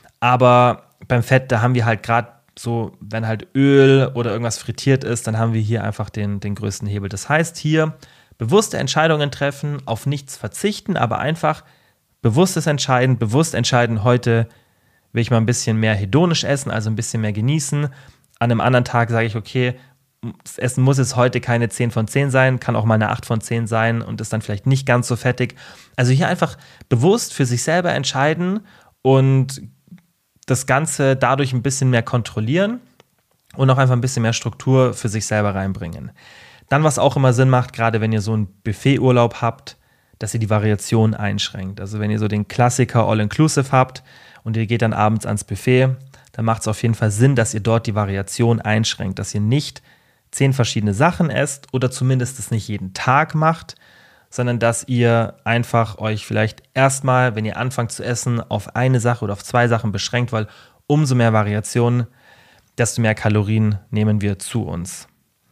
aber beim Fett, da haben wir halt gerade so, wenn halt Öl oder irgendwas frittiert ist, dann haben wir hier einfach den, den größten Hebel. Das heißt, hier bewusste Entscheidungen treffen, auf nichts verzichten, aber einfach bewusstes Entscheiden, bewusst entscheiden, heute will ich mal ein bisschen mehr hedonisch essen, also ein bisschen mehr genießen. An einem anderen Tag sage ich, okay, das Essen muss jetzt heute keine zehn von zehn sein, kann auch mal eine acht von zehn sein und ist dann vielleicht nicht ganz so fettig. Also hier einfach bewusst für sich selber entscheiden und das Ganze dadurch ein bisschen mehr kontrollieren und auch einfach ein bisschen mehr Struktur für sich selber reinbringen. Dann, was auch immer Sinn macht, gerade wenn ihr so einen Buffet-Urlaub habt, dass ihr die Variation einschränkt. Also wenn ihr so den Klassiker All-Inclusive habt und ihr geht dann abends ans Buffet, dann macht es auf jeden Fall Sinn, dass ihr dort die Variation einschränkt, dass ihr nicht zehn verschiedene Sachen esst oder zumindest es nicht jeden Tag macht, sondern dass ihr einfach euch vielleicht erstmal, wenn ihr anfangt zu essen, auf eine Sache oder auf zwei Sachen beschränkt, weil umso mehr Variationen, desto mehr Kalorien nehmen wir zu uns.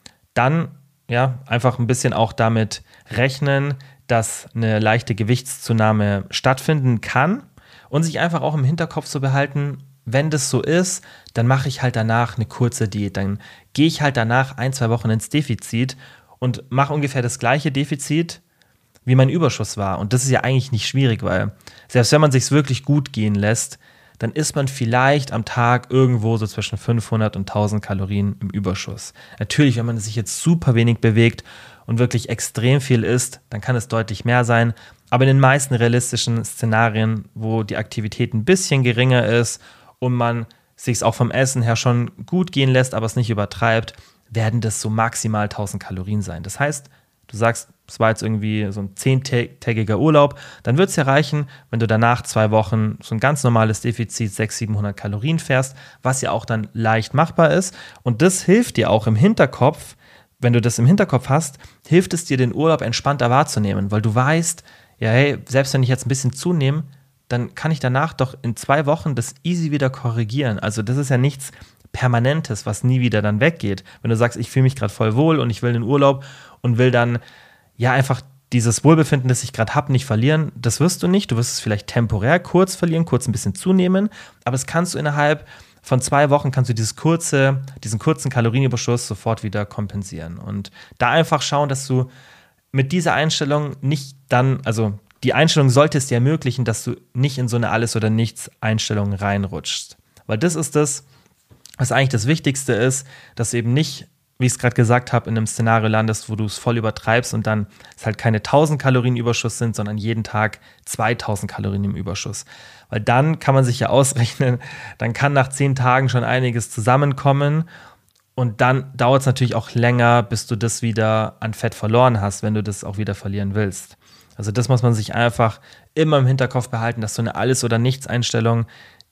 Dann ja einfach ein bisschen auch damit rechnen, dass eine leichte Gewichtszunahme stattfinden kann und sich einfach auch im Hinterkopf zu behalten, wenn das so ist, dann mache ich halt danach eine kurze Diät. Dann gehe ich halt danach ein, zwei Wochen ins Defizit und mache ungefähr das gleiche Defizit, wie mein Überschuss war. Und das ist ja eigentlich nicht schwierig, weil selbst wenn man sich wirklich gut gehen lässt, dann isst man vielleicht am Tag irgendwo so zwischen fünfhundert und tausend Kalorien im Überschuss. Natürlich, wenn man sich jetzt super wenig bewegt und wirklich extrem viel isst, dann kann es deutlich mehr sein. Aber in den meisten realistischen Szenarien, wo die Aktivität ein bisschen geringer ist und man sich auch vom Essen her schon gut gehen lässt, aber es nicht übertreibt, werden das so maximal tausend Kalorien sein. Das heißt, du sagst, es war jetzt irgendwie so ein zehntägiger Urlaub, dann wird es ja reichen, wenn du danach zwei Wochen so ein ganz normales Defizit sechshundert, siebenhundert Kalorien fährst, was ja auch dann leicht machbar ist. Und das hilft dir auch im Hinterkopf, wenn du das im Hinterkopf hast, hilft es dir, den Urlaub entspannter wahrzunehmen, weil du weißt, ja hey, selbst wenn ich jetzt ein bisschen zunehme, dann kann ich danach doch in zwei Wochen das easy wieder korrigieren. Also das ist ja nichts Permanentes, was nie wieder dann weggeht. Wenn du sagst, ich fühle mich gerade voll wohl und ich will in den Urlaub und will dann ja einfach dieses Wohlbefinden, das ich gerade habe, nicht verlieren, das wirst du nicht. Du wirst es vielleicht temporär kurz verlieren, kurz ein bisschen zunehmen, aber das kannst du innerhalb von zwei Wochen, kannst du dieses kurze, diesen kurzen Kalorienüberschuss sofort wieder kompensieren. Und da einfach schauen, dass du mit dieser Einstellung nicht dann, also die Einstellung sollte es dir ermöglichen, dass du nicht in so eine Alles-oder-Nichts-Einstellung reinrutschst. Weil das ist das, was eigentlich das Wichtigste ist, dass du eben nicht, wie ich es gerade gesagt habe, in einem Szenario landest, wo du es voll übertreibst und dann es halt keine tausend Kalorien Überschuss sind, sondern jeden Tag zweitausend Kalorien im Überschuss. Weil dann kann man sich ja ausrechnen, dann kann nach zehn Tagen schon einiges zusammenkommen und dann dauert es natürlich auch länger, bis du das wieder an Fett verloren hast, wenn du das auch wieder verlieren willst. Also das muss man sich einfach immer im Hinterkopf behalten, dass so eine Alles-oder-Nichts-Einstellung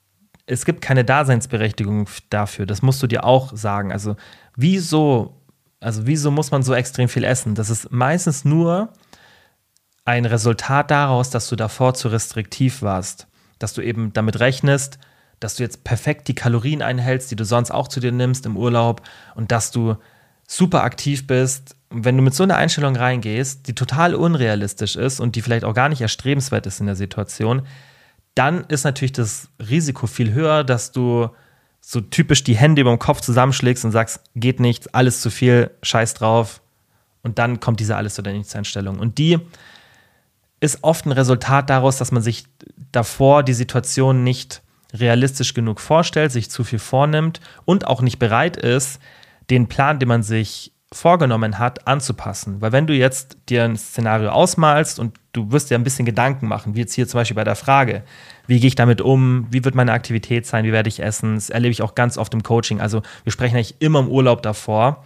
es gibt keine Daseinsberechtigung dafür. Das musst du dir auch sagen. Also wieso, also wieso muss man so extrem viel essen? Das ist meistens nur ein Resultat daraus, dass du davor zu restriktiv warst. Dass du eben damit rechnest, dass du jetzt perfekt die Kalorien einhältst, die du sonst auch zu dir nimmst im Urlaub und dass du super aktiv bist. Und wenn du mit so einer Einstellung reingehst, die total unrealistisch ist und die vielleicht auch gar nicht erstrebenswert ist in der Situation, dann ist natürlich das Risiko viel höher, dass du so typisch die Hände über dem Kopf zusammenschlägst und sagst, geht nichts, alles zu viel, scheiß drauf. Und dann kommt diese Alles- oder Nichts-Einstellung. Und die ist oft ein Resultat daraus, dass man sich davor die Situation nicht realistisch genug vorstellt, sich zu viel vornimmt und auch nicht bereit ist, den Plan, den man sich vorgenommen hat, anzupassen. Weil wenn du jetzt dir ein Szenario ausmalst und du wirst dir ein bisschen Gedanken machen, wie jetzt hier zum Beispiel bei der Frage, wie gehe ich damit um, wie wird meine Aktivität sein, wie werde ich essen, das erlebe ich auch ganz oft im Coaching, also wir sprechen eigentlich immer im Urlaub davor,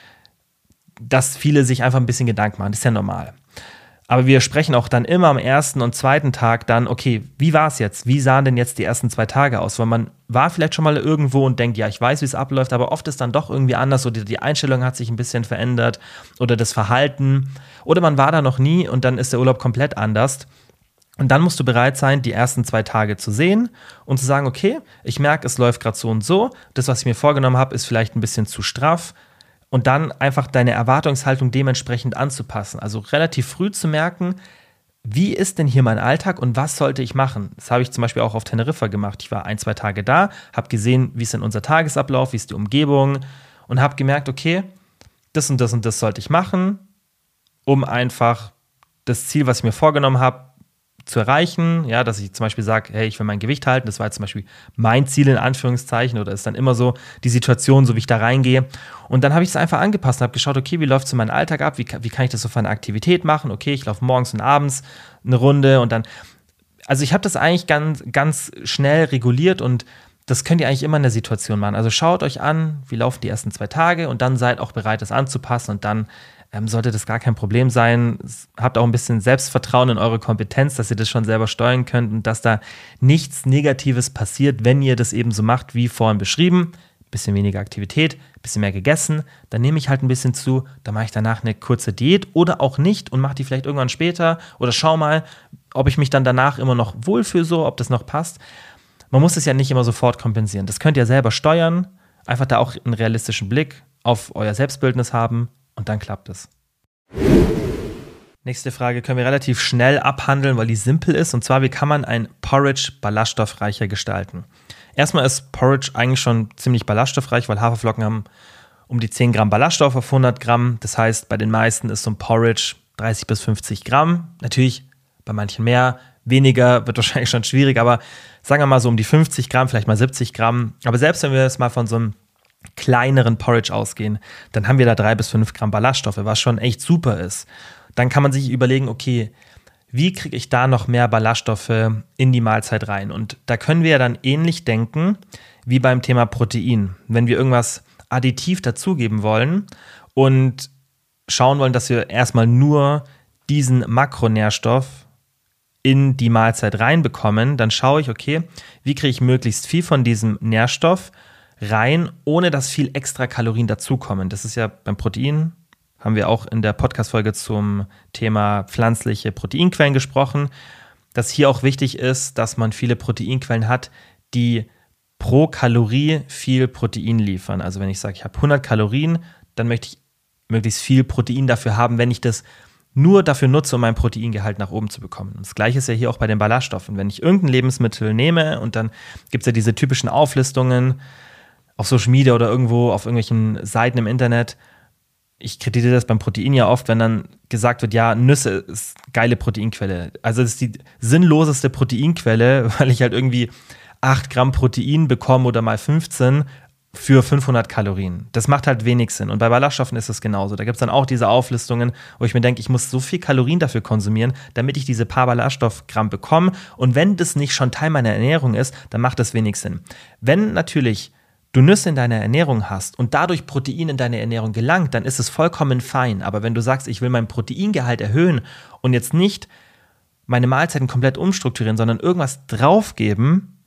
dass viele sich einfach ein bisschen Gedanken machen, das ist ja normal. Aber wir sprechen auch dann immer am ersten und zweiten Tag dann, okay, wie war es jetzt? Wie sahen denn jetzt die ersten zwei Tage aus? Weil man war vielleicht schon mal irgendwo und denkt, ja, ich weiß, wie es abläuft, aber oft ist dann doch irgendwie anders oder die Einstellung hat sich ein bisschen verändert oder das Verhalten oder man war da noch nie und dann ist der Urlaub komplett anders. Und dann musst du bereit sein, die ersten zwei Tage zu sehen und zu sagen, okay, ich merke, es läuft gerade so und so. Das, was ich mir vorgenommen habe, ist vielleicht ein bisschen zu straff. Und dann einfach deine Erwartungshaltung dementsprechend anzupassen. Also relativ früh zu merken, wie ist denn hier mein Alltag und was sollte ich machen? Das habe ich zum Beispiel auch auf Teneriffa gemacht. Ich war ein, zwei Tage da, habe gesehen, wie ist denn unser Tagesablauf, wie ist die Umgebung und habe gemerkt, okay, das und das und das sollte ich machen, um einfach das Ziel, was ich mir vorgenommen habe, zu erreichen, ja, dass ich zum Beispiel sage, hey, ich will mein Gewicht halten, das war jetzt zum Beispiel mein Ziel in Anführungszeichen oder ist dann immer so die Situation, so wie ich da reingehe und dann habe ich es einfach angepasst und habe geschaut, okay, wie läuft so mein Alltag ab, wie, wie kann ich das so für eine Aktivität machen, okay, ich laufe morgens und abends eine Runde und dann, also ich habe das eigentlich ganz, ganz schnell reguliert und das könnt ihr eigentlich immer in der Situation machen, also schaut euch an, wie laufen die ersten zwei Tage und dann seid auch bereit, das anzupassen und dann Ähm, sollte das gar kein Problem sein. Habt auch ein bisschen Selbstvertrauen in eure Kompetenz, dass ihr das schon selber steuern könnt und dass da nichts Negatives passiert, wenn ihr das eben so macht, wie vorhin beschrieben. Bisschen weniger Aktivität, bisschen mehr gegessen, dann nehme ich halt ein bisschen zu, dann mache ich danach eine kurze Diät oder auch nicht und mache die vielleicht irgendwann später oder schau mal, ob ich mich dann danach immer noch wohlfühle, so, ob das noch passt. Man muss es ja nicht immer sofort kompensieren. Das könnt ihr selber steuern, einfach da auch einen realistischen Blick auf euer Selbstbildnis haben. Und dann klappt es. Nächste Frage können wir relativ schnell abhandeln, weil die simpel ist. Und zwar, wie kann man ein Porridge ballaststoffreicher gestalten? Erstmal ist Porridge eigentlich schon ziemlich ballaststoffreich, weil Haferflocken haben um die zehn Gramm Ballaststoff auf hundert Gramm. Das heißt, bei den meisten ist so ein Porridge dreißig bis fünfzig Gramm. Natürlich bei manchen mehr, weniger wird wahrscheinlich schon schwierig, aber sagen wir mal so um die fünfzig Gramm, vielleicht mal siebzig Gramm. Aber selbst wenn wir jetzt mal von so einem kleineren Porridge ausgehen, dann haben wir da drei bis fünf Gramm Ballaststoffe, was schon echt super ist. Dann kann man sich überlegen, okay, wie kriege ich da noch mehr Ballaststoffe in die Mahlzeit rein? Und da können wir ja dann ähnlich denken wie beim Thema Protein. Wenn wir irgendwas additiv dazugeben wollen und schauen wollen, dass wir erstmal nur diesen Makronährstoff in die Mahlzeit reinbekommen, dann schaue ich, okay, wie kriege ich möglichst viel von diesem Nährstoff rein, ohne dass viel extra Kalorien dazukommen. Das ist ja beim Protein, haben wir auch in der Podcast-Folge zum Thema pflanzliche Proteinquellen gesprochen, dass hier auch wichtig ist, dass man viele Proteinquellen hat, die pro Kalorie viel Protein liefern. Also wenn ich sage, ich habe hundert Kalorien, dann möchte ich möglichst viel Protein dafür haben, wenn ich das nur dafür nutze, um mein Proteingehalt nach oben zu bekommen. Und das Gleiche ist ja hier auch bei den Ballaststoffen. Wenn ich irgendein Lebensmittel nehme und dann gibt es ja diese typischen Auflistungen auf Social Media oder irgendwo auf irgendwelchen Seiten im Internet. Ich kritisiere das beim Protein ja oft, wenn dann gesagt wird, ja, Nüsse ist geile Proteinquelle. Also das ist die sinnloseste Proteinquelle, weil ich halt irgendwie acht Gramm Protein bekomme oder mal fünfzehn für fünfhundert Kalorien. Das macht halt wenig Sinn. Und bei Ballaststoffen ist es genauso. Da gibt es dann auch diese Auflistungen, wo ich mir denke, ich muss so viel Kalorien dafür konsumieren, damit ich diese paar Ballaststoffgramm bekomme. Und wenn das nicht schon Teil meiner Ernährung ist, dann macht das wenig Sinn. Wenn natürlich du Nüsse in deiner Ernährung hast und dadurch Protein in deine Ernährung gelangt, dann ist es vollkommen fein. Aber wenn du sagst, ich will mein Proteingehalt erhöhen und jetzt nicht meine Mahlzeiten komplett umstrukturieren, sondern irgendwas draufgeben,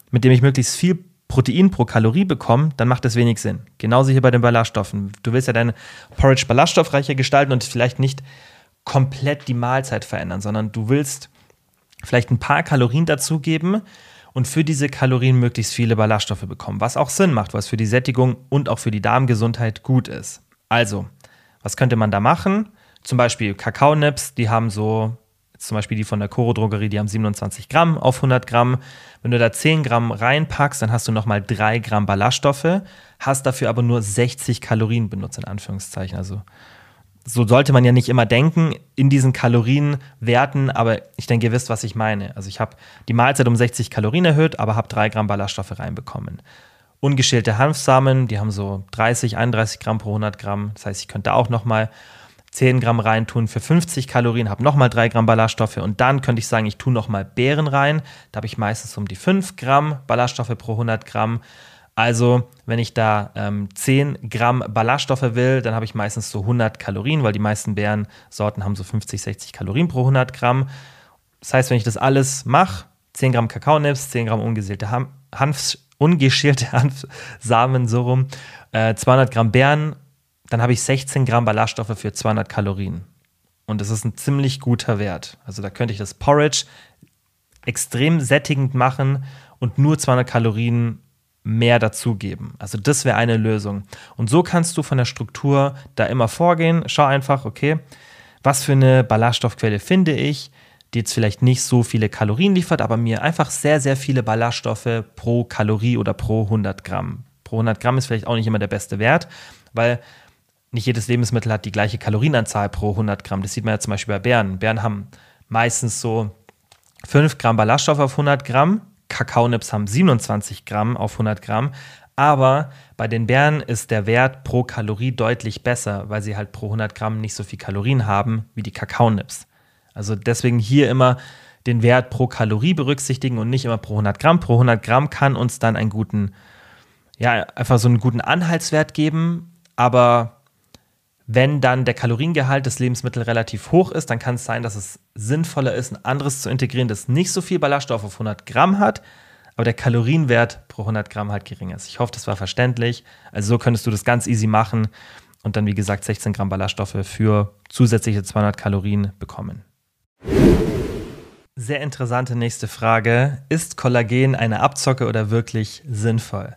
mit dem ich möglichst viel Protein pro Kalorie bekomme, dann macht das wenig Sinn. Genauso hier bei den Ballaststoffen. Du willst ja deine Porridge ballaststoffreicher gestalten und vielleicht nicht komplett die Mahlzeit verändern, sondern du willst vielleicht ein paar Kalorien dazugeben und für diese Kalorien möglichst viele Ballaststoffe bekommen, was auch Sinn macht, was für die Sättigung und auch für die Darmgesundheit gut ist. Also, was könnte man da machen? Zum Beispiel Kakaonips, die haben so, zum Beispiel die von der Coro Drogerie, die haben siebenundzwanzig Gramm auf hundert Gramm. Wenn du da zehn Gramm reinpackst, dann hast du nochmal drei Gramm Ballaststoffe, hast dafür aber nur sechzig Kalorien benutzt, in Anführungszeichen. Also so sollte man ja nicht immer denken in diesen Kalorienwerten, aber ich denke, ihr wisst, was ich meine. Also ich habe die Mahlzeit um sechzig Kalorien erhöht, aber habe drei Gramm Ballaststoffe reinbekommen. Ungeschälte Hanfsamen, die haben so dreißig, einunddreißig Gramm pro hundert Gramm. Das heißt, ich könnte auch nochmal zehn Gramm reintun für fünfzig Kalorien, habe nochmal drei Gramm Ballaststoffe und dann könnte ich sagen, ich tue nochmal Beeren rein. Da habe ich meistens um die fünf Gramm Ballaststoffe pro hundert Gramm. Also, wenn ich da ähm, zehn Gramm Ballaststoffe will, dann habe ich meistens so hundert Kalorien, weil die meisten Beerensorten haben so fünfzig, sechzig Kalorien pro hundert Gramm. Das heißt, wenn ich das alles mache, zehn Gramm Kakaonips, zehn Gramm ungeschälte Hanf, Hanf, ungeschälte Hanfsamen, so rum, äh, zweihundert Gramm Beeren, dann habe ich sechzehn Gramm Ballaststoffe für zweihundert Kalorien. Und das ist ein ziemlich guter Wert. Also da könnte ich das Porridge extrem sättigend machen und nur zweihundert Kalorien mehr dazugeben. Also das wäre eine Lösung. Und so kannst du von der Struktur da immer vorgehen. Schau einfach, okay, was für eine Ballaststoffquelle finde ich, die jetzt vielleicht nicht so viele Kalorien liefert, aber mir einfach sehr, sehr viele Ballaststoffe pro Kalorie oder pro hundert Gramm. Pro hundert Gramm ist vielleicht auch nicht immer der beste Wert, weil nicht jedes Lebensmittel hat die gleiche Kalorienanzahl pro hundert Gramm. Das sieht man ja zum Beispiel bei Beeren. Beeren haben meistens so fünf Gramm Ballaststoffe auf hundert Gramm. Kakaonips haben siebenundzwanzig Gramm auf hundert Gramm. Aber bei den Beeren ist der Wert pro Kalorie deutlich besser, weil sie halt pro hundert Gramm nicht so viel Kalorien haben wie die Kakaonips. Also deswegen hier immer den Wert pro Kalorie berücksichtigen und nicht immer pro hundert Gramm. Pro hundert Gramm kann uns dann einen guten, ja, einfach so einen guten Anhaltswert geben. Aber wenn dann der Kaloriengehalt des Lebensmittels relativ hoch ist, dann kann es sein, dass es sinnvoller ist, ein anderes zu integrieren, das nicht so viel Ballaststoff auf hundert Gramm hat, aber der Kalorienwert pro hundert Gramm halt gering ist. Ich hoffe, das war verständlich. Also so könntest du das ganz easy machen und dann, wie gesagt, sechzehn Gramm Ballaststoffe für zusätzliche zweihundert Kalorien bekommen. Sehr interessante nächste Frage. Ist Kollagen eine Abzocke oder wirklich sinnvoll?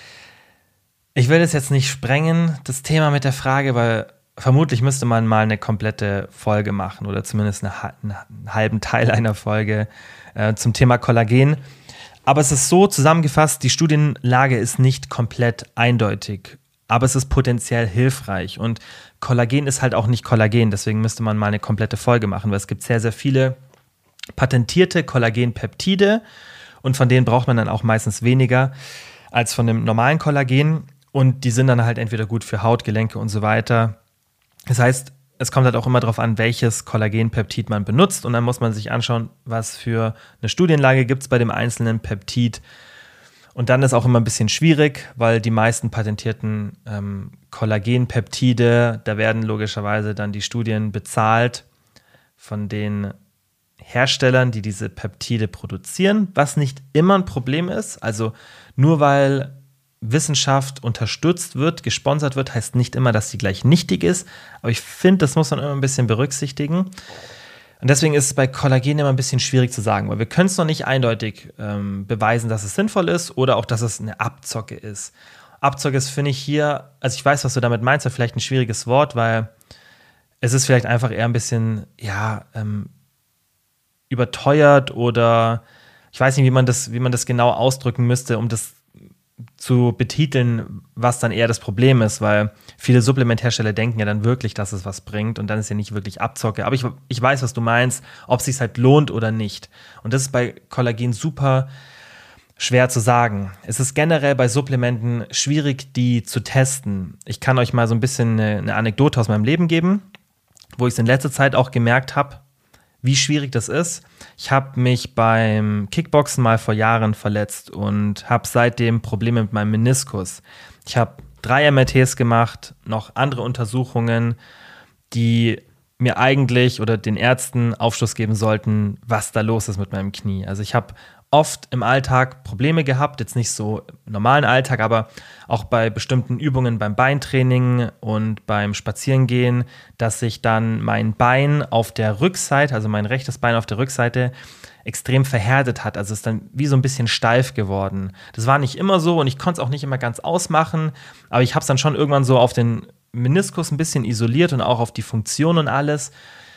Ich will das jetzt nicht sprengen, das Thema mit der Frage, weil vermutlich müsste man mal eine komplette Folge machen oder zumindest eine, einen halben Teil einer Folge äh, zum Thema Kollagen. Aber es ist so zusammengefasst, die Studienlage ist nicht komplett eindeutig, aber es ist potenziell hilfreich. Und Kollagen ist halt auch nicht Kollagen, deswegen müsste man mal eine komplette Folge machen, weil es gibt sehr, sehr viele patentierte Kollagenpeptide und von denen braucht man dann auch meistens weniger als von dem normalen Kollagen. Und die sind dann halt entweder gut für Haut, Gelenke und so weiter. Das heißt, es kommt halt auch immer darauf an, welches Kollagenpeptid man benutzt. Und dann muss man sich anschauen, was für eine Studienlage gibt es bei dem einzelnen Peptid. Und dann ist auch immer ein bisschen schwierig, weil die meisten patentierten ähm, Kollagenpeptide, da werden logischerweise dann die Studien bezahlt von den Herstellern, die diese Peptide produzieren, was nicht immer ein Problem ist. Also nur weil Wissenschaft unterstützt wird, gesponsert wird, heißt nicht immer, dass sie gleich nichtig ist. Aber ich finde, das muss man immer ein bisschen berücksichtigen. Und deswegen ist es bei Kollagen immer ein bisschen schwierig zu sagen, weil wir können es noch nicht eindeutig ähm, beweisen, dass es sinnvoll ist oder auch, dass es eine Abzocke ist. Abzocke ist, finde ich hier, also ich weiß, was du damit meinst, aber vielleicht ein schwieriges Wort, weil es ist vielleicht einfach eher ein bisschen, ja, ähm, überteuert oder ich weiß nicht, wie man das, wie man das genau ausdrücken müsste, um das zu betiteln, was dann eher das Problem ist, weil viele Supplementhersteller denken ja dann wirklich, dass es was bringt und dann ist ja nicht wirklich Abzocke. Aber ich, ich weiß, was du meinst, ob es sich halt lohnt oder nicht. Und das ist bei Kollagen super schwer zu sagen. Es ist generell bei Supplementen schwierig, die zu testen. Ich kann euch mal so ein bisschen eine, eine Anekdote aus meinem Leben geben, wo ich es in letzter Zeit auch gemerkt habe, wie schwierig das ist. Ich habe mich beim Kickboxen mal vor Jahren verletzt und habe seitdem Probleme mit meinem Meniskus. Ich habe drei M R Ts gemacht, noch andere Untersuchungen, die mir eigentlich oder den Ärzten Aufschluss geben sollten, was da los ist mit meinem Knie. Also ich habe oft im Alltag Probleme gehabt, jetzt nicht so im normalen Alltag, aber auch bei bestimmten Übungen beim Beintraining und beim Spazierengehen, dass sich dann mein Bein auf der Rückseite, also mein rechtes Bein auf der Rückseite, extrem verhärtet hat. Also es ist dann wie so ein bisschen steif geworden. Das war nicht immer so und ich konnte es auch nicht immer ganz ausmachen, aber ich habe es dann schon irgendwann so auf den Meniskus ein bisschen isoliert und auch auf die Funktion und alles.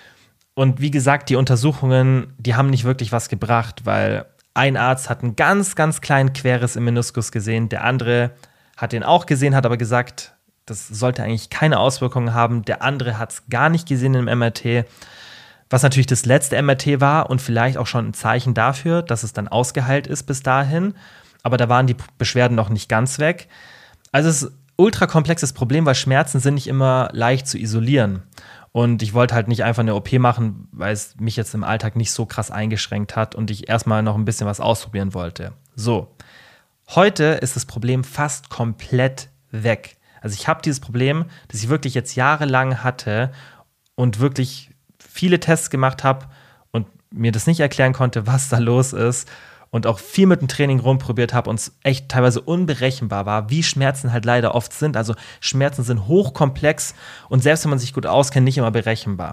Und wie gesagt, die Untersuchungen, die haben nicht wirklich was gebracht, weil ein Arzt hat einen ganz, ganz kleinen Querriss im Meniskus gesehen, der andere hat den auch gesehen, hat aber gesagt, das sollte eigentlich keine Auswirkungen haben. Der andere hat es gar nicht gesehen im M R T, was natürlich das letzte M R T war und vielleicht auch schon ein Zeichen dafür, dass es dann ausgeheilt ist bis dahin. Aber da waren die Beschwerden noch nicht ganz weg. Also es ist ein ultra komplexes Problem, weil Schmerzen sind nicht immer leicht zu isolieren. Und ich wollte halt nicht einfach eine O P machen, weil es mich jetzt im Alltag nicht so krass eingeschränkt hat und ich erstmal noch ein bisschen was ausprobieren wollte. So, heute ist das Problem fast komplett weg. Also ich habe dieses Problem, das ich wirklich jetzt jahrelang hatte und wirklich viele Tests gemacht habe und mir das nicht erklären konnte, was da los ist. Und auch viel mit dem Training rumprobiert habe und es echt teilweise unberechenbar war, wie Schmerzen halt leider oft sind. Also Schmerzen sind hochkomplex und selbst wenn man sich gut auskennt, nicht immer berechenbar.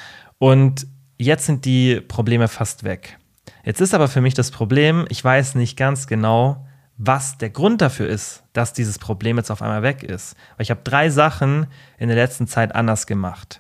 Und jetzt sind die Probleme fast weg. Jetzt ist aber für mich das Problem, ich weiß nicht ganz genau, was der Grund dafür ist, dass dieses Problem jetzt auf einmal weg ist. Weil ich habe drei Sachen in der letzten Zeit anders gemacht.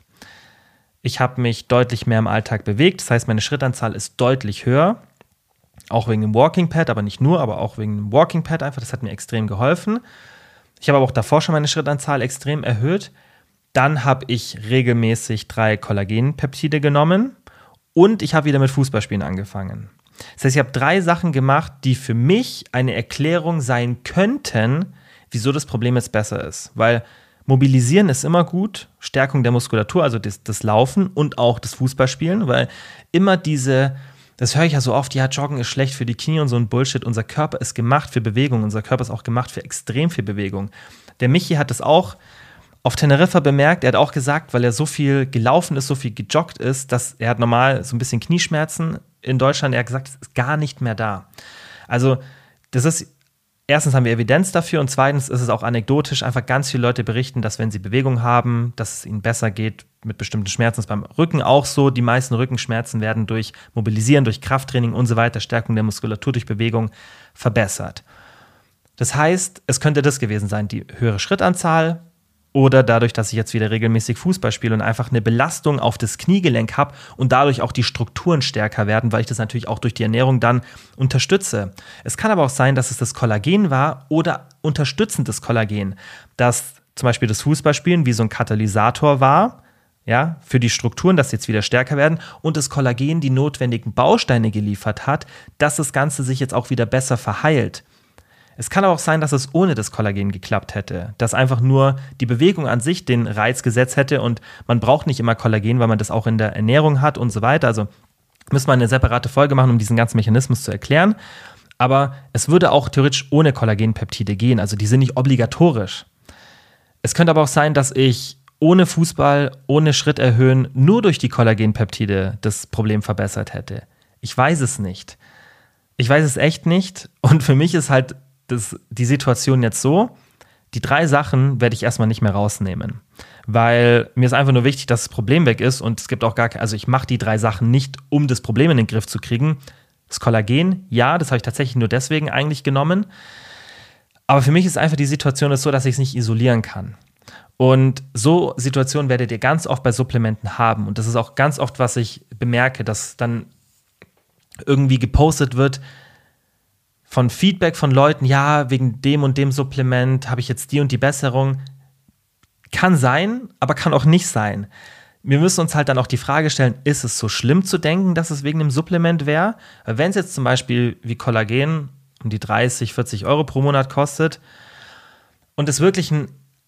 Ich habe mich deutlich mehr im Alltag bewegt, das heißt, meine Schrittanzahl ist deutlich höher. Auch wegen dem Walking Pad, aber nicht nur, aber auch wegen dem Walking Pad einfach. Das hat mir extrem geholfen. Ich habe aber auch davor schon meine Schrittanzahl extrem erhöht. Dann habe ich regelmäßig drei Kollagenpeptide genommen und ich habe wieder mit Fußballspielen angefangen. Das heißt, ich habe drei Sachen gemacht, die für mich eine Erklärung sein könnten, wieso das Problem jetzt besser ist. Weil Mobilisieren ist immer gut, Stärkung der Muskulatur, also das, das Laufen und auch das Fußballspielen, weil immer diese Das höre ich ja so oft, ja, Joggen ist schlecht für die Knie und so ein Bullshit. Unser Körper ist gemacht für Bewegung, unser Körper ist auch gemacht für extrem viel Bewegung. Der Michi hat das auch auf Teneriffa bemerkt, er hat auch gesagt, weil er so viel gelaufen ist, so viel gejoggt ist, dass er hat normal so ein bisschen Knieschmerzen in Deutschland, er hat gesagt, es ist gar nicht mehr da. Also das ist, erstens haben wir Evidenz dafür und zweitens ist es auch anekdotisch, einfach ganz viele Leute berichten, dass wenn sie Bewegung haben, dass es ihnen besser geht mit bestimmten Schmerzen. Das ist beim Rücken auch so. Die meisten Rückenschmerzen werden durch Mobilisieren, durch Krafttraining und so weiter, Stärkung der Muskulatur durch Bewegung verbessert. Das heißt, es könnte das gewesen sein, die höhere Schrittanzahl oder dadurch, dass ich jetzt wieder regelmäßig Fußball spiele und einfach eine Belastung auf das Kniegelenk habe und dadurch auch die Strukturen stärker werden, weil ich das natürlich auch durch die Ernährung dann unterstütze. Es kann aber auch sein, dass es das Kollagen war oder unterstützendes Kollagen, dass zum Beispiel das Fußballspielen wie so ein Katalysator war, ja, für die Strukturen, dass sie jetzt wieder stärker werden und das Kollagen die notwendigen Bausteine geliefert hat, dass das Ganze sich jetzt auch wieder besser verheilt. Es kann aber auch sein, dass es ohne das Kollagen geklappt hätte, dass einfach nur die Bewegung an sich den Reiz gesetzt hätte und man braucht nicht immer Kollagen, weil man das auch in der Ernährung hat und so weiter. Also müssen wir eine separate Folge machen, um diesen ganzen Mechanismus zu erklären. Aber es würde auch theoretisch ohne Kollagenpeptide gehen, also die sind nicht obligatorisch. Es könnte aber auch sein, dass ich ohne Fußball, ohne Schritt erhöhen, nur durch die Kollagenpeptide das Problem verbessert hätte. Ich weiß es nicht. Ich weiß es echt nicht. Und für mich ist halt das, die Situation jetzt so, die drei Sachen werde ich erstmal nicht mehr rausnehmen. Weil mir ist einfach nur wichtig, dass das Problem weg ist und es gibt auch gar keine, also ich mache die drei Sachen nicht, um das Problem in den Griff zu kriegen. Das Kollagen, ja, das habe ich tatsächlich nur deswegen eigentlich genommen. Aber für mich ist einfach die Situation ist so, dass ich es nicht isolieren kann. Und so Situationen werdet ihr ganz oft bei Supplementen haben. Und das ist auch ganz oft, was ich bemerke, dass dann irgendwie gepostet wird von Feedback von Leuten, ja, wegen dem und dem Supplement habe ich jetzt die und die Besserung. Kann sein, aber kann auch nicht sein. Wir müssen uns halt dann auch die Frage stellen, ist es so schlimm zu denken, dass es wegen dem Supplement wäre? Wenn es jetzt zum Beispiel wie Kollagen um die dreißig, vierzig Euro pro Monat kostet und es wirklich ein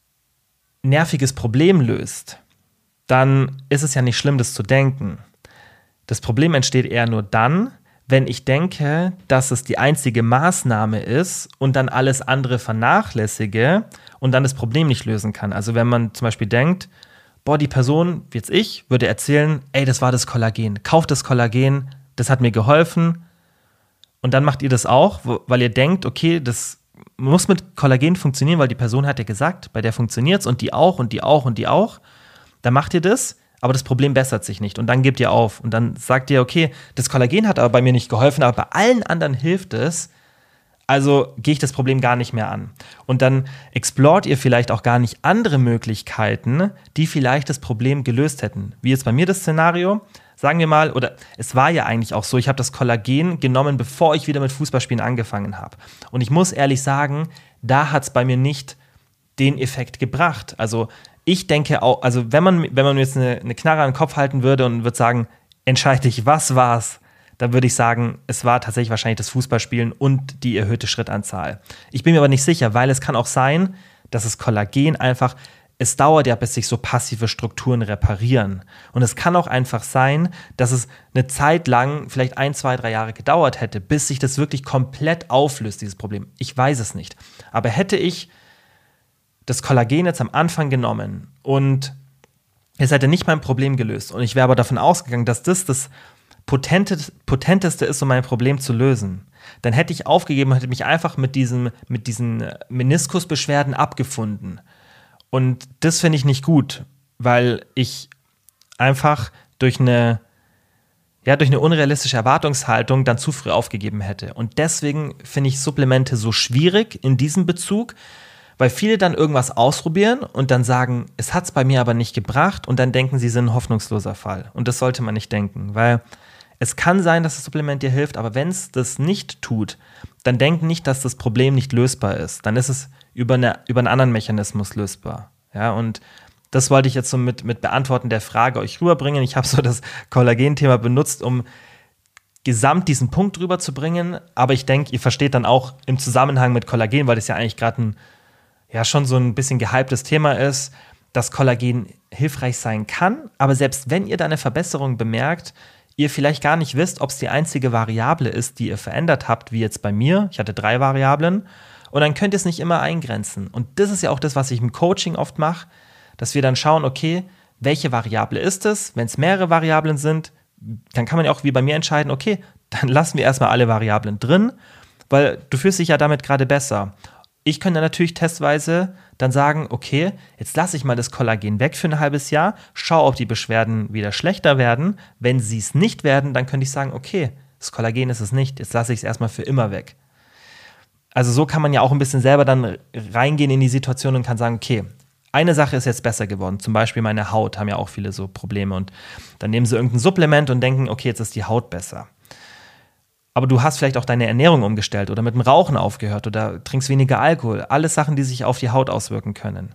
nerviges Problem löst, dann ist es ja nicht schlimm, das zu denken. Das Problem entsteht eher nur dann, wenn ich denke, dass es die einzige Maßnahme ist und dann alles andere vernachlässige und dann das Problem nicht lösen kann. Also wenn man zum Beispiel denkt, boah, die Person, wie jetzt ich, würde erzählen, ey, das war das Kollagen, kauf das Kollagen, das hat mir geholfen Und dann macht ihr das auch, wo, weil ihr denkt, okay, das muss mit Kollagen funktionieren, weil die Person hat ja gesagt, bei der funktioniert's und die auch und die auch und die auch. Dann macht ihr das, aber das Problem bessert sich nicht und dann gebt ihr auf und dann sagt ihr, okay, das Kollagen hat aber bei mir nicht geholfen, aber bei allen anderen hilft es, also gehe ich das Problem gar nicht mehr an. Und dann explort ihr vielleicht auch gar nicht andere Möglichkeiten, die vielleicht das Problem gelöst hätten. Wie jetzt bei mir das Szenario, sagen wir mal, oder es war ja eigentlich auch so, ich habe das Kollagen genommen, bevor ich wieder mit Fußballspielen angefangen habe. Und ich muss ehrlich sagen, da hat es bei mir nicht den Effekt gebracht. Also ich denke auch, also wenn man, wenn man mir jetzt eine, eine Knarre an den Kopf halten würde und würde sagen, entscheide dich, was war's? Dann würde ich sagen, es war tatsächlich wahrscheinlich das Fußballspielen und die erhöhte Schrittanzahl. Ich bin mir aber nicht sicher, weil es kann auch sein, dass das Kollagen einfach, es dauert ja, bis sich so passive Strukturen reparieren. Und es kann auch einfach sein, dass es eine Zeit lang, vielleicht ein, zwei, drei Jahre gedauert hätte, bis sich das wirklich komplett auflöst, dieses Problem. Ich weiß es nicht. Aber hätte ich das Kollagen jetzt am Anfang genommen und es hätte nicht mein Problem gelöst und ich wäre aber davon ausgegangen, dass das das Potenteste ist, um mein Problem zu lösen, dann hätte ich aufgegeben und hätte mich einfach mit, diesem, mit diesen Meniskusbeschwerden abgefunden. Und das finde ich nicht gut, weil ich einfach durch eine, ja, durch eine unrealistische Erwartungshaltung dann zu früh aufgegeben hätte. Und deswegen finde ich Supplemente so schwierig in diesem Bezug, weil viele dann irgendwas ausprobieren und dann sagen, es hat es bei mir aber nicht gebracht und dann denken, sie sind ein hoffnungsloser Fall. Und das sollte man nicht denken, weil es kann sein, dass das Supplement dir hilft, aber wenn es das nicht tut, dann denk nicht, dass das Problem nicht lösbar ist. Dann ist es über, eine, über einen anderen Mechanismus lösbar. Ja, und das wollte ich jetzt so mit, mit Beantworten der Frage euch rüberbringen. Ich habe so das Kollagen-Thema benutzt, um gesamt diesen Punkt rüberzubringen, aber ich denke, ihr versteht dann auch im Zusammenhang mit Kollagen, weil das ja eigentlich gerade ein, ja schon so ein bisschen gehyptes Thema ist, dass Kollagen hilfreich sein kann, aber selbst wenn ihr da eine Verbesserung bemerkt, ihr vielleicht gar nicht wisst, ob es die einzige Variable ist, die ihr verändert habt, wie jetzt bei mir. Ich hatte drei Variablen. Und dann könnt ihr es nicht immer eingrenzen. Und das ist ja auch das, was ich im Coaching oft mache, dass wir dann schauen, okay, welche Variable ist es? Wenn es mehrere Variablen sind, dann kann man ja auch wie bei mir entscheiden, okay, dann lassen wir erstmal alle Variablen drin, weil du fühlst dich ja damit gerade besser. Ich könnte natürlich testweise dann sagen, okay, jetzt lasse ich mal das Kollagen weg für ein halbes Jahr, schau, ob die Beschwerden wieder schlechter werden. Wenn sie es nicht werden, dann könnte ich sagen, okay, das Kollagen ist es nicht, jetzt lasse ich es erstmal für immer weg. Also so kann man ja auch ein bisschen selber dann reingehen in die Situation und kann sagen, okay, eine Sache ist jetzt besser geworden, zum Beispiel meine Haut, haben ja auch viele so Probleme und dann nehmen sie irgendein Supplement und denken, okay, jetzt ist die Haut besser. Aber du hast vielleicht auch deine Ernährung umgestellt oder mit dem Rauchen aufgehört oder trinkst weniger Alkohol. Alles Sachen, die sich auf die Haut auswirken können.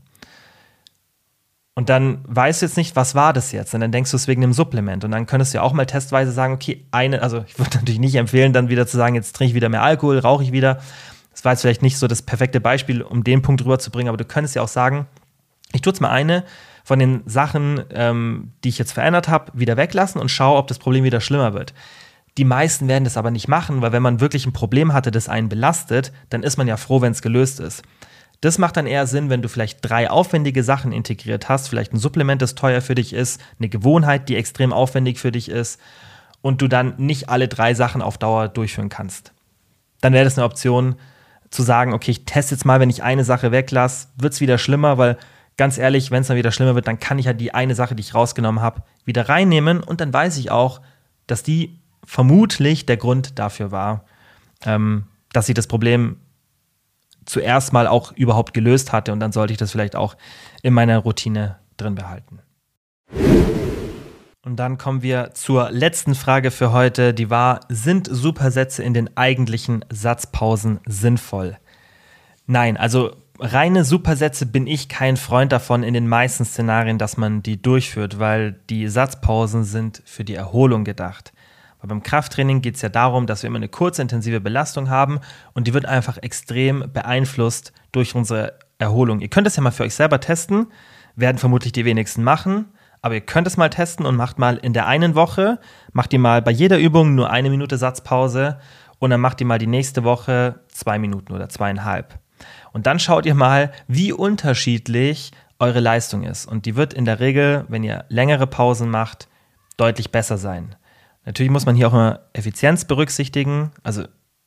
Und dann weißt du jetzt nicht, was war das jetzt? Und dann denkst du es wegen dem Supplement. Und dann könntest du ja auch mal testweise sagen, okay, eine, also ich würde natürlich nicht empfehlen, dann wieder zu sagen, jetzt trinke ich wieder mehr Alkohol, rauche ich wieder. Das war jetzt vielleicht nicht so das perfekte Beispiel, um den Punkt rüberzubringen, aber du könntest ja auch sagen, ich tue jetzt mal eine von den Sachen, ähm, die ich jetzt verändert habe, wieder weglassen und schaue, ob das Problem wieder schlimmer wird. Die meisten werden das aber nicht machen, weil wenn man wirklich ein Problem hatte, das einen belastet, dann ist man ja froh, wenn es gelöst ist. Das macht dann eher Sinn, wenn du vielleicht drei aufwendige Sachen integriert hast, vielleicht ein Supplement, das teuer für dich ist, eine Gewohnheit, die extrem aufwendig für dich ist und du dann nicht alle drei Sachen auf Dauer durchführen kannst. Dann wäre das eine Option, zu sagen, okay, ich teste jetzt mal, wenn ich eine Sache weglasse, wird es wieder schlimmer, weil ganz ehrlich, wenn es dann wieder schlimmer wird, dann kann ich ja die eine Sache, die ich rausgenommen habe, wieder reinnehmen und dann weiß ich auch, dass die vermutlich der Grund dafür war, ähm, dass ich das Problem zuerst mal auch überhaupt gelöst hatte und dann sollte ich das vielleicht auch in meiner Routine drin behalten. Und dann kommen wir zur letzten Frage für heute, die war, sind Supersätze in den eigentlichen Satzpausen sinnvoll? Nein, also reine Supersätze bin ich kein Freund davon in den meisten Szenarien, dass man die durchführt, weil die Satzpausen sind für die Erholung gedacht. Weil beim Krafttraining geht es ja darum, dass wir immer eine kurze, intensive Belastung haben und die wird einfach extrem beeinflusst durch unsere Erholung. Ihr könnt es ja mal für euch selber testen, werden vermutlich die wenigsten machen, aber ihr könnt es mal testen und macht mal in der einen Woche, macht ihr mal bei jeder Übung nur eine Minute Satzpause und dann macht ihr mal die nächste Woche zwei Minuten oder zweieinhalb. Und dann schaut ihr mal, wie unterschiedlich eure Leistung ist. Und die wird in der Regel, wenn ihr längere Pausen macht, deutlich besser sein. Natürlich muss man hier auch immer Effizienz berücksichtigen. Also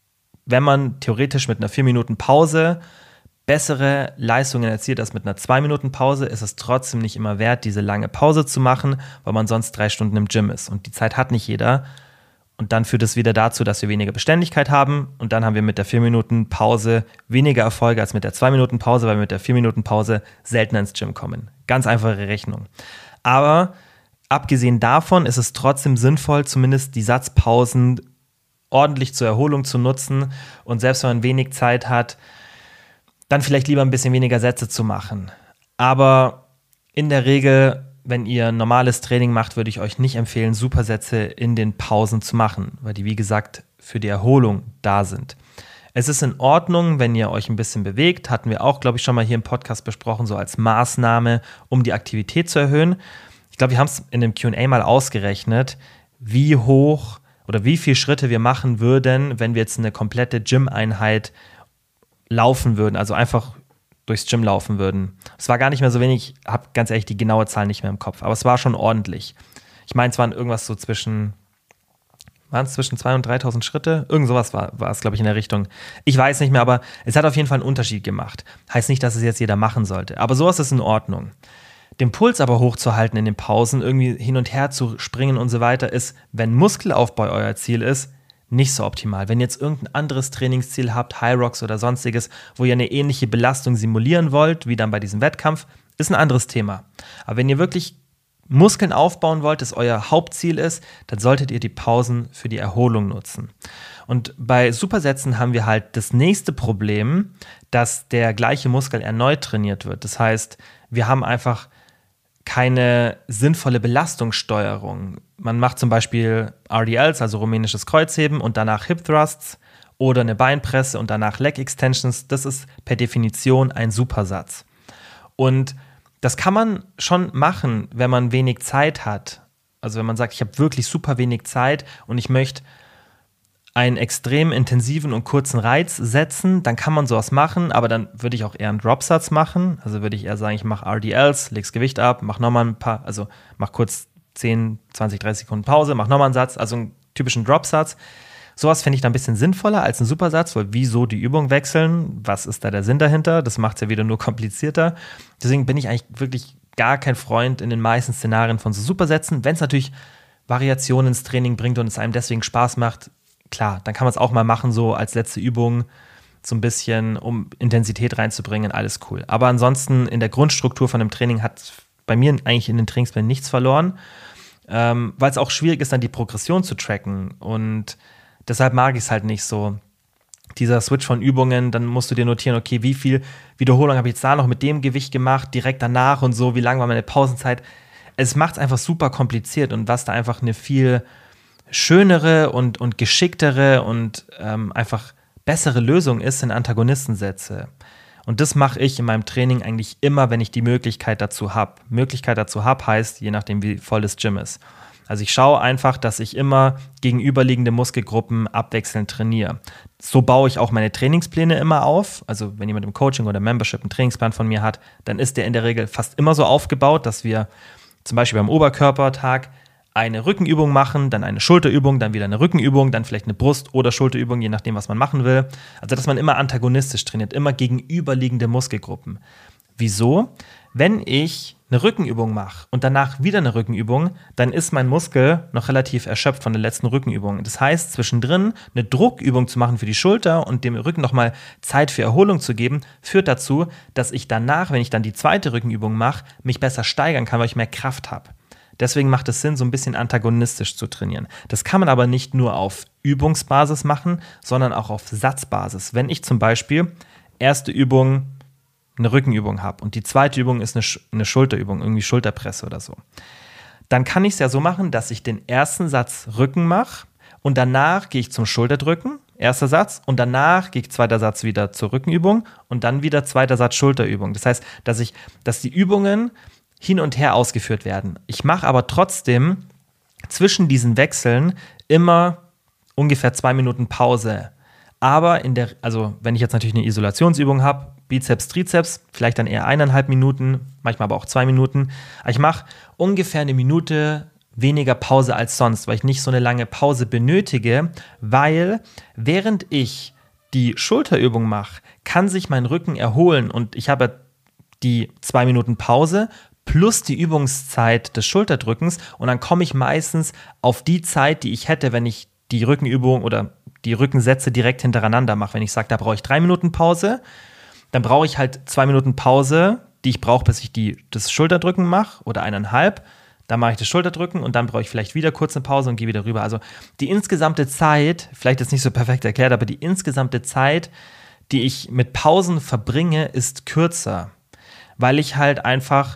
wenn man theoretisch mit einer vier Minuten Pause bessere Leistungen erzielt als mit einer zwei Minuten Pause, ist es trotzdem nicht immer wert, diese lange Pause zu machen, weil man sonst drei Stunden im Gym ist. Und die Zeit hat nicht jeder. Und dann führt es wieder dazu, dass wir weniger Beständigkeit haben. Und dann haben wir mit der vier Minuten Pause weniger Erfolge als mit der zwei Minuten Pause, weil wir mit der vier Minuten Pause seltener ins Gym kommen. Ganz einfache Rechnung. Aber abgesehen davon ist es trotzdem sinnvoll, zumindest die Satzpausen ordentlich zur Erholung zu nutzen. Und selbst wenn man wenig Zeit hat, dann vielleicht lieber ein bisschen weniger Sätze zu machen. Aber in der Regel, wenn ihr normales Training macht, würde ich euch nicht empfehlen, Supersätze in den Pausen zu machen, weil die, wie gesagt, für die Erholung da sind. Es ist in Ordnung, wenn ihr euch ein bisschen bewegt, hatten wir auch, glaube ich, schon mal hier im Podcast besprochen, so als Maßnahme, um die Aktivität zu erhöhen. Ich glaube, wir haben es in dem Q und A mal ausgerechnet, wie hoch oder wie viele Schritte wir machen würden, wenn wir jetzt eine komplette Gym-Einheit laufen würden, also einfach durchs Gym laufen würden. Es war gar nicht mehr so wenig, ich habe ganz ehrlich die genaue Zahl nicht mehr im Kopf, aber es war schon ordentlich. Ich meine, es waren irgendwas so zwischen, waren es zwischen zweitausend und dreitausend Schritte? Irgend sowas war, war es, glaube ich, in der Richtung. Ich weiß nicht mehr, aber es hat auf jeden Fall einen Unterschied gemacht. Heißt nicht, dass es jetzt jeder machen sollte, aber sowas ist in Ordnung. Den Puls aber hochzuhalten in den Pausen, irgendwie hin und her zu springen und so weiter, ist, wenn Muskelaufbau euer Ziel ist, nicht so optimal. Wenn ihr jetzt irgendein anderes Trainingsziel habt, High Rocks oder sonstiges, wo ihr eine ähnliche Belastung simulieren wollt, wie dann bei diesem Wettkampf, ist ein anderes Thema. Aber wenn ihr wirklich Muskeln aufbauen wollt, das euer Hauptziel ist, dann solltet ihr die Pausen für die Erholung nutzen. Und bei Supersätzen haben wir halt das nächste Problem, dass der gleiche Muskel erneut trainiert wird. Das heißt, wir haben einfach keine sinnvolle Belastungssteuerung. Man macht zum Beispiel R D Ls, also rumänisches Kreuzheben, und danach Hip Thrusts oder eine Beinpresse und danach Leg Extensions. Das ist per Definition ein Supersatz. Und das kann man schon machen, wenn man wenig Zeit hat. Also wenn man sagt, ich habe wirklich super wenig Zeit und ich möchte einen extrem intensiven und kurzen Reiz setzen, dann kann man sowas machen, aber dann würde ich auch eher einen Dropsatz machen. Also würde ich eher sagen, ich mache R D Ls, leg's Gewicht ab, mach nochmal ein paar, also mach kurz zehn, zwanzig, dreißig Sekunden Pause, mach nochmal einen Satz, also einen typischen Dropsatz. Sowas finde ich dann ein bisschen sinnvoller als ein Supersatz, weil wieso die Übung wechseln? Was ist da der Sinn dahinter? Das macht es ja wieder nur komplizierter. Deswegen bin ich eigentlich wirklich gar kein Freund in den meisten Szenarien von so Supersätzen. Wenn es natürlich Variationen ins Training bringt und es einem deswegen Spaß macht, klar, dann kann man es auch mal machen, so als letzte Übung, so ein bisschen, um Intensität reinzubringen, alles cool. Aber ansonsten in der Grundstruktur von dem Training hat bei mir eigentlich in den Trainingsplänen nichts verloren, ähm, weil es auch schwierig ist, dann die Progression zu tracken. Und deshalb mag ich es halt nicht so. Dieser Switch von Übungen, dann musst du dir notieren, okay, wie viel Wiederholung habe ich jetzt da noch mit dem Gewicht gemacht, direkt danach und so, wie lang war meine Pausenzeit. Es macht es einfach super kompliziert und was da einfach eine viel schönere und, und geschicktere und ähm, einfach bessere Lösung ist, sind Antagonistensätze. Und das mache ich in meinem Training eigentlich immer, wenn ich die Möglichkeit dazu habe. Möglichkeit dazu habe heißt, je nachdem, wie voll das Gym ist. Also ich schaue einfach, dass ich immer gegenüberliegende Muskelgruppen abwechselnd trainiere. So baue ich auch meine Trainingspläne immer auf. Also wenn jemand im Coaching oder Membership einen Trainingsplan von mir hat, dann ist der in der Regel fast immer so aufgebaut, dass wir zum Beispiel beim Oberkörpertag eine Rückenübung machen, dann eine Schulterübung, dann wieder eine Rückenübung, dann vielleicht eine Brust- oder Schulterübung, je nachdem, was man machen will. Also, dass man immer antagonistisch trainiert, immer gegenüberliegende Muskelgruppen. Wieso? Wenn ich eine Rückenübung mache und danach wieder eine Rückenübung, dann ist mein Muskel noch relativ erschöpft von der letzten Rückenübung. Das heißt, zwischendrin eine Druckübung zu machen für die Schulter und dem Rücken nochmal Zeit für Erholung zu geben, führt dazu, dass ich danach, wenn ich dann die zweite Rückenübung mache, mich besser steigern kann, weil ich mehr Kraft habe. Deswegen macht es Sinn, so ein bisschen antagonistisch zu trainieren. Das kann man aber nicht nur auf Übungsbasis machen, sondern auch auf Satzbasis. Wenn ich zum Beispiel erste Übung eine Rückenübung habe und die zweite Übung ist eine, Sch- eine Schulterübung, irgendwie Schulterpresse oder so, dann kann ich es ja so machen, dass ich den ersten Satz Rücken mache und danach gehe ich zum Schulterdrücken, erster Satz, und danach gehe ich zweiter Satz wieder zur Rückenübung und dann wieder zweiter Satz Schulterübung. Das heißt, dass ich, dass die Übungen hin und her ausgeführt werden. Ich mache aber trotzdem zwischen diesen Wechseln immer ungefähr zwei Minuten Pause. Aber in der, also wenn ich jetzt natürlich eine Isolationsübung habe, Bizeps, Trizeps, vielleicht dann eher eineinhalb Minuten, manchmal aber auch zwei Minuten. Aber ich mache ungefähr eine Minute weniger Pause als sonst, weil ich nicht so eine lange Pause benötige, weil während ich die Schulterübung mache, kann sich mein Rücken erholen und ich habe die zwei Minuten Pause plus die Übungszeit des Schulterdrückens und dann komme ich meistens auf die Zeit, die ich hätte, wenn ich die Rückenübung oder die Rückensätze direkt hintereinander mache. Wenn ich sage, da brauche ich drei Minuten Pause, dann brauche ich halt zwei Minuten Pause, die ich brauche, bis ich die, das Schulterdrücken mache oder eineinhalb. Dann mache ich das Schulterdrücken und dann brauche ich vielleicht wieder kurz eine Pause und gehe wieder rüber. Also die insgesamte Zeit, vielleicht jetzt nicht so perfekt erklärt, aber die insgesamte Zeit, die ich mit Pausen verbringe, ist kürzer, weil ich halt einfach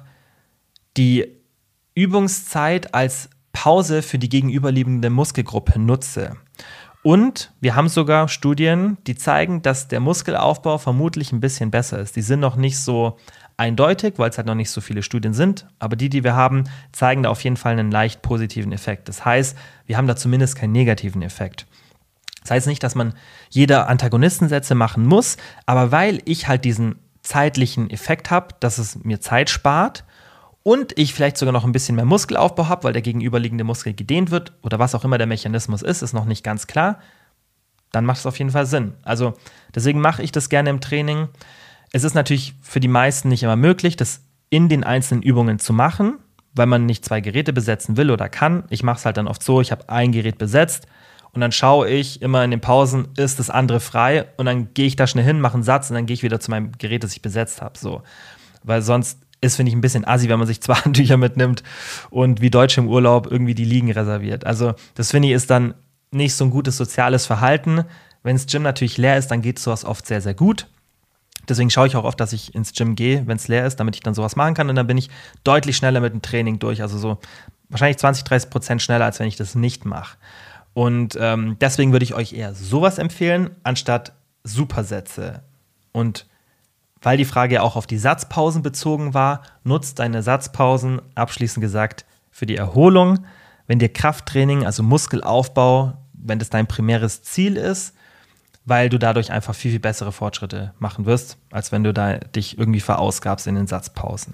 die Übungszeit als Pause für die gegenüberliegende Muskelgruppe nutze. Und wir haben sogar Studien, die zeigen, dass der Muskelaufbau vermutlich ein bisschen besser ist. Die sind noch nicht so eindeutig, weil es halt noch nicht so viele Studien sind, aber die, die wir haben, zeigen da auf jeden Fall einen leicht positiven Effekt. Das heißt, wir haben da zumindest keinen negativen Effekt. Das heißt nicht, dass man jede Antagonistensätze machen muss, aber weil ich halt diesen zeitlichen Effekt habe, dass es mir Zeit spart und ich vielleicht sogar noch ein bisschen mehr Muskelaufbau habe, weil der gegenüberliegende Muskel gedehnt wird oder was auch immer der Mechanismus ist, ist noch nicht ganz klar, dann macht es auf jeden Fall Sinn. Also deswegen mache ich das gerne im Training. Es ist natürlich für die meisten nicht immer möglich, das in den einzelnen Übungen zu machen, weil man nicht zwei Geräte besetzen will oder kann. Ich mache es halt dann oft so, ich habe ein Gerät besetzt und dann schaue ich immer in den Pausen, ist das andere frei und dann gehe ich da schnell hin, mache einen Satz und dann gehe ich wieder zu meinem Gerät, das ich besetzt habe. So. Weil sonst ist, finde ich, ein bisschen assi, wenn man sich zwei Handtücher mitnimmt und wie Deutsche im Urlaub irgendwie die Liegen reserviert. Also das, finde ich, ist dann nicht so ein gutes soziales Verhalten. Wenn das Gym natürlich leer ist, dann geht sowas oft sehr, sehr gut. Deswegen schaue ich auch oft, dass ich ins Gym gehe, wenn es leer ist, damit ich dann sowas machen kann. Und dann bin ich deutlich schneller mit dem Training durch. Also so wahrscheinlich zwanzig, dreißig Prozent schneller, als wenn ich das nicht mache. Und ähm, deswegen würde ich euch eher sowas empfehlen, anstatt Supersätze. Und weil die Frage ja auch auf die Satzpausen bezogen war, nutzt deine Satzpausen, abschließend gesagt, für die Erholung. Wenn dir Krafttraining, also Muskelaufbau, wenn das dein primäres Ziel ist, weil du dadurch einfach viel, viel bessere Fortschritte machen wirst, als wenn du da dich irgendwie verausgabst in den Satzpausen.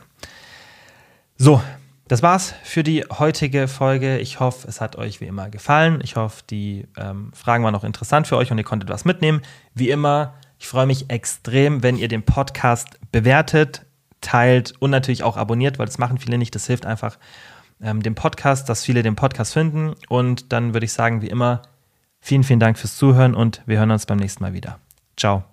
So, das war's für die heutige Folge. Ich hoffe, es hat euch wie immer gefallen. Ich hoffe, die ähm, Fragen waren auch interessant für euch und ihr konntet was mitnehmen. Wie immer, ich freue mich extrem, wenn ihr den Podcast bewertet, teilt und natürlich auch abonniert, weil das machen viele nicht. Das hilft einfach ähm, dem Podcast, dass viele den Podcast finden. Und dann würde ich sagen, wie immer, vielen, vielen Dank fürs Zuhören und wir hören uns beim nächsten Mal wieder. Ciao.